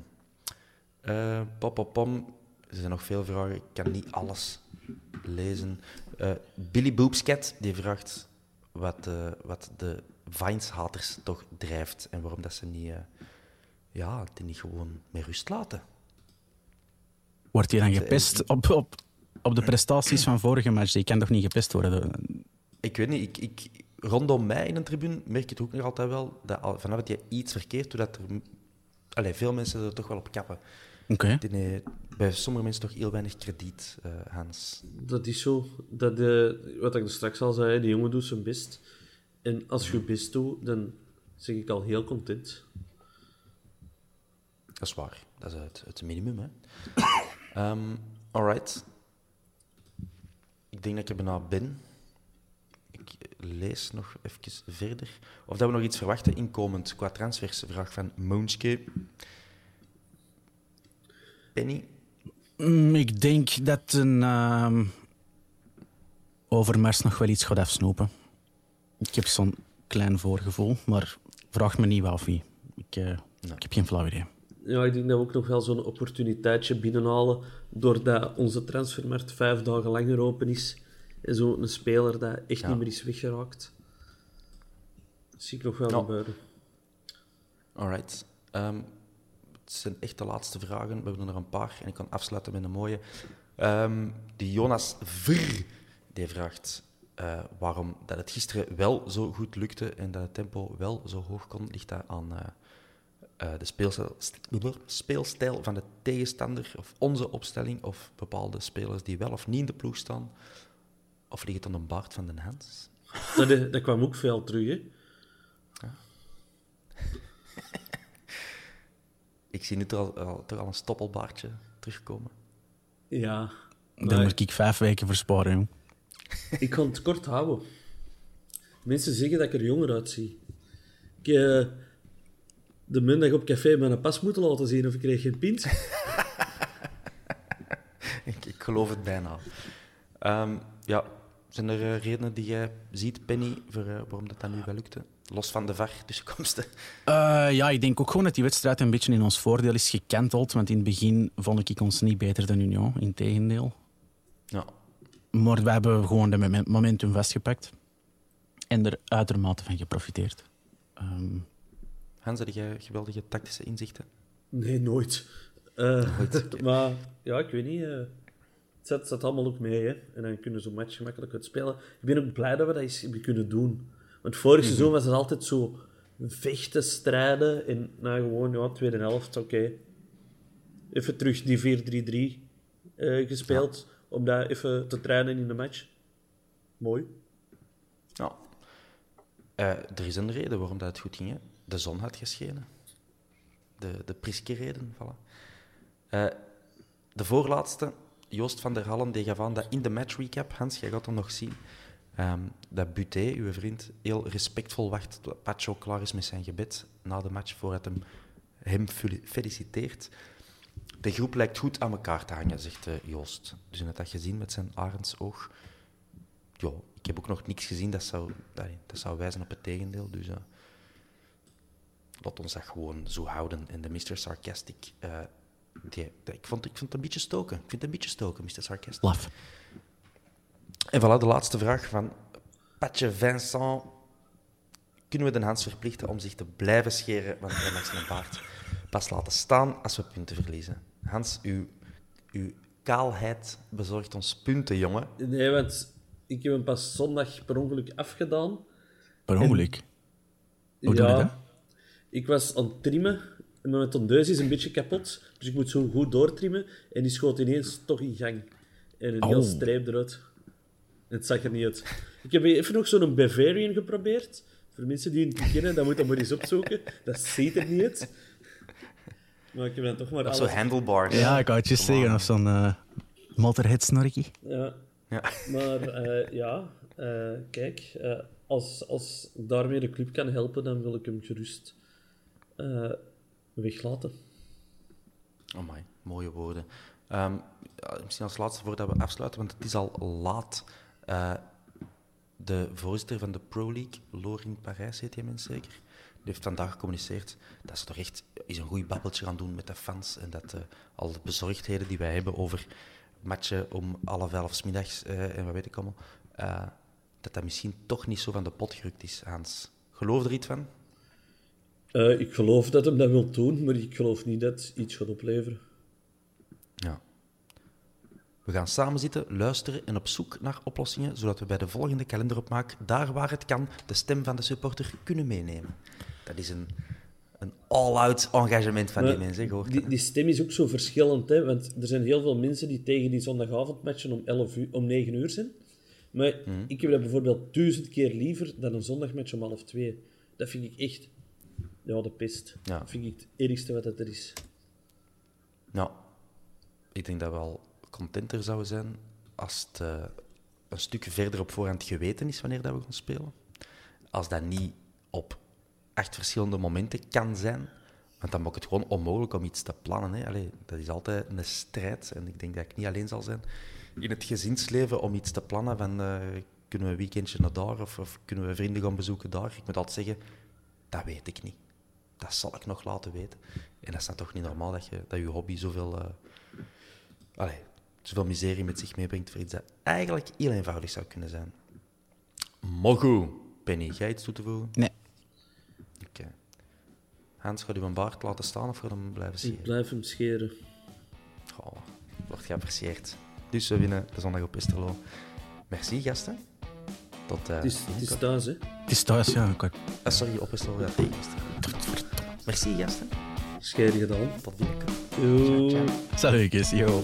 Pom. Er zijn nog veel vragen. Ik kan niet alles lezen. Billy Boopscat die vraagt wat de Vines-haters toch drijft en waarom dat ze die niet gewoon met rust laten. Wordt hij dan gepest op de prestaties van vorige match? Die kan toch niet gepest worden? Ik weet niet. Ik rondom mij in een tribune merk ik het ook nog altijd wel dat vanaf dat je iets verkeerd doet, dat er veel mensen er toch wel op kappen. Oké. Bij sommige mensen toch heel weinig krediet, Hans. Dat is zo. Wat ik er straks al zei, die jongen doet zijn best. En als je best doet, dan zeg ik al heel content. Dat is waar. Dat is het minimum, hè. Alright. Ik denk dat ik er bijna ben. lees nog even verder. Of dat we nog iets verwachten inkomend qua transfers. Vraag van Moonske. Penny? Ik denk dat een Overmars nog wel iets gaat afsnoepen. Ik heb zo'n klein voorgevoel, maar vraag me niet wat of wie. Ik heb geen flauw idee. Ja, ik denk dat we ook nog wel zo'n opportuniteitje binnenhalen, doordat onze transfermarkt 5 dagen langer open is. En zo'n speler dat echt niet meer is weggeraakt. Dat zie ik nog wel gebeuren. Alright. Het zijn echt de laatste vragen. We hebben er een paar en ik kan afsluiten met een mooie. Die Jonas Vrr, die vraagt waarom dat het gisteren wel zo goed lukte en dat het tempo wel zo hoog kon. Ligt dat aan de speelstijl van de tegenstander of onze opstelling of bepaalde spelers die wel of niet in de ploeg staan? Of ligt het aan de baard van de Hans? Dat kwam ook veel terug, hè? Ja. Ik zie nu toch al een stoppelbaardje terugkomen. Ja. Daar moet ik 5 weken voor sparen, jong. Ik kan het kort houden. Mensen zeggen dat ik er jonger uitzie. Ik de middag op café mijn pas moeten laten zien of ik kreeg geen pint. Ik geloof het bijna. Ja, zijn er redenen die jij ziet, Penny, voor waarom dat nu wel lukte? Los van de VAR-tussenkomsten. Ja, ik denk ook gewoon dat die wedstrijd een beetje in ons voordeel is gekanteld. Want in het begin vond ik ons niet beter dan Union, integendeel. Ja. Maar we hebben gewoon de momentum vastgepakt. En er uitermate van geprofiteerd. Hans, heb jij geweldige tactische inzichten? Nee, nooit. Okay. Maar ja, ik weet niet. Het zat allemaal ook mee, hè. En dan kunnen ze zo'n match gemakkelijk uitspelen. Ik ben ook blij dat we dat eens hebben kunnen doen. Want vorig seizoen was het altijd zo vechten, strijden. En nou gewoon, ja, tweede helft, oké. Even terug die 4-3-3 gespeeld. Om dat even te trainen in de match. Mooi. Ja. Er is een reden waarom dat het goed ging. Hè. De zon had geschenen. De Priske-reden. Voilà. De voorlaatste, Joost van der Hallen, die gaf aan dat in de match-recap, Hans, jij gaat hem nog zien, dat Buté, uw vriend, heel respectvol wacht tot Pacho klaar is met zijn gebed na de match, voordat hem feliciteert. De groep lijkt goed aan elkaar te hangen, zegt Joost. Dus hij had dat gezien met zijn arendsoog. Ja, ik heb ook nog niks gezien dat zou wijzen op het tegendeel. Dus laat ons dat gewoon zo houden. En de Mr. Sarcastic, ik vond het een beetje stoken. Ik vind het een beetje stoken, Mr. Sarcastic. Laf. En voilà, de laatste vraag van Patje Vincent. Kunnen we de Hans verplichten om zich te blijven scheren, want hij mag zijn baard pas laten staan als we punten verliezen? Hans, uw kaalheid bezorgt ons punten, jongen. Nee, want ik heb hem pas zondag per ongeluk afgedaan. Per ongeluk? Hoe ja, doe je dat? Ik was aan het trimmen. En mijn tondeus is een beetje kapot. Dus ik moet zo goed doortrimmen. En die schoot ineens toch in gang. En een heel streep eruit. Het zag er niet uit. Ik heb even nog zo'n Bavarian geprobeerd. Voor mensen die het niet kennen, dan moet je maar eens opzoeken. Dat ziet er niet uit. Maar ik heb dan toch maar Of alles... zo handlebars. Ja, ik wou het je zeggen. Of zo'n motorhead-snorkie. Ja. Ja. Maar kijk, als daarmee de club kan helpen, dan wil ik hem gerust weglaten. Amai, mooie woorden. Misschien als laatste voordat we afsluiten, want het is al laat. De voorzitter van de Pro League, Lorin Parijs heet die mens zeker, die heeft vandaag gecommuniceerd dat ze toch echt eens een goed babbeltje gaan doen met de fans en dat al de bezorgdheden die wij hebben over matchen om 11:30 's middags en wat weet ik allemaal, dat misschien toch niet zo van de pot gerukt is, Hans. Geloof er iets van? Ik geloof dat hem dat wil doen, maar ik geloof niet dat het iets gaat opleveren. Ja. We gaan samen zitten, luisteren en op zoek naar oplossingen, zodat we bij de volgende kalenderopmaak, daar waar het kan, de stem van de supporter kunnen meenemen. Dat is een all-out engagement van die mensen. Die stem is ook zo verschillend, hè? Want er zijn heel veel mensen die tegen die zondagavondmatchen om 9 uur zijn. Maar ik heb dat bijvoorbeeld 1000 keer liever dan een zondagmatch om 1:30. Dat vind ik echt... Ja, de pest. Ja. Dat vind ik het ergste wat er is. Nou, ik denk dat we al contenter zouden zijn als het een stuk verder op voorhand geweten is wanneer dat we gaan spelen. Als dat niet op 8 verschillende momenten kan zijn, want dan maakt het gewoon onmogelijk om iets te plannen. Hè. Allee, dat is altijd een strijd en ik denk dat ik niet alleen zal zijn in het gezinsleven om iets te plannen van kunnen we een weekendje naar daar of kunnen we vrienden gaan bezoeken daar. Ik moet altijd zeggen, dat weet ik niet. Dat zal ik nog laten weten. En dat is dan toch niet normaal dat je hobby zoveel miserie met zich meebrengt voor iets dat eigenlijk heel eenvoudig zou kunnen zijn. Mogu. Penny, ga je iets toe te voegen? Nee. Oké. Hans, gaat u een baard laten staan of gaat hem blijven scheren? Ik blijf hem scheren. Oh, wordt geapprecieerd. Dus we winnen de zondag op Westerlo. Merci, gasten. Tot, het is thuis, hè? Het is thuis, ja. Sorry, op Westerlo, ja, tegen Westerlo. Merci, gasten. Scheren gedaan. Tot binnenkort. Yo. Ciao. Salutjes, yo.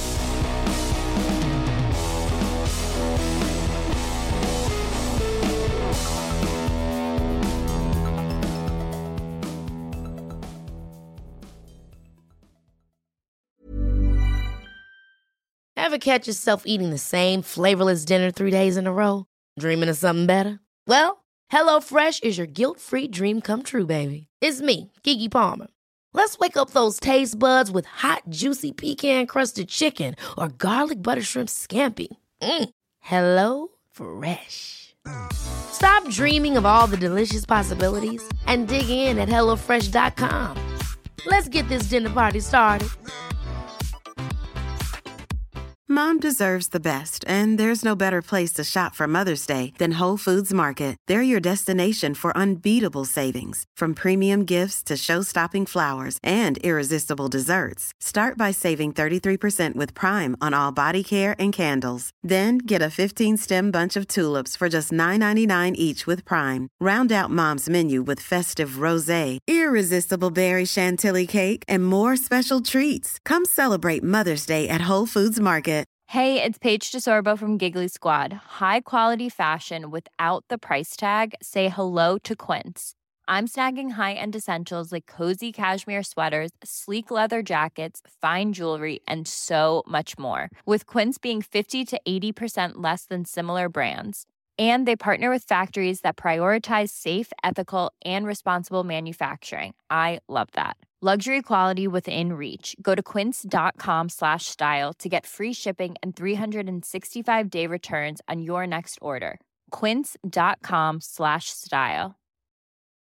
Ever catch yourself eating the same flavorless dinner 3 days in a row? Dreaming of something better? Well, HelloFresh is your guilt-free dream come true, baby. It's me, Keke Palmer. Let's wake up those taste buds with hot, juicy pecan-crusted chicken or garlic butter shrimp scampi. Hello Fresh. Stop dreaming of all the delicious possibilities and dig in at HelloFresh.com. Let's get this dinner party started. Mom deserves the best, and there's no better place to shop for Mother's Day than Whole Foods Market. They're your destination for unbeatable savings, from premium gifts to show-stopping flowers and irresistible desserts. Start by saving 33% with Prime on all body care and candles. Then get a 15-stem bunch of tulips for just $9.99 each with Prime. Round out Mom's menu with festive rosé, irresistible berry chantilly cake, and more special treats. Come celebrate Mother's Day at Whole Foods Market. Hey, it's Paige DeSorbo from Giggly Squad. High quality fashion without the price tag. Say hello to Quince. I'm snagging high-end essentials like cozy cashmere sweaters, sleek leather jackets, fine jewelry, and so much more. With Quince being 50 to 80% less than similar brands. And they partner with factories that prioritize safe, ethical, and responsible manufacturing. I love that. Luxury quality within reach. Go to quince.com/style to get free shipping and 365-day returns on your next order. Quince.com/style.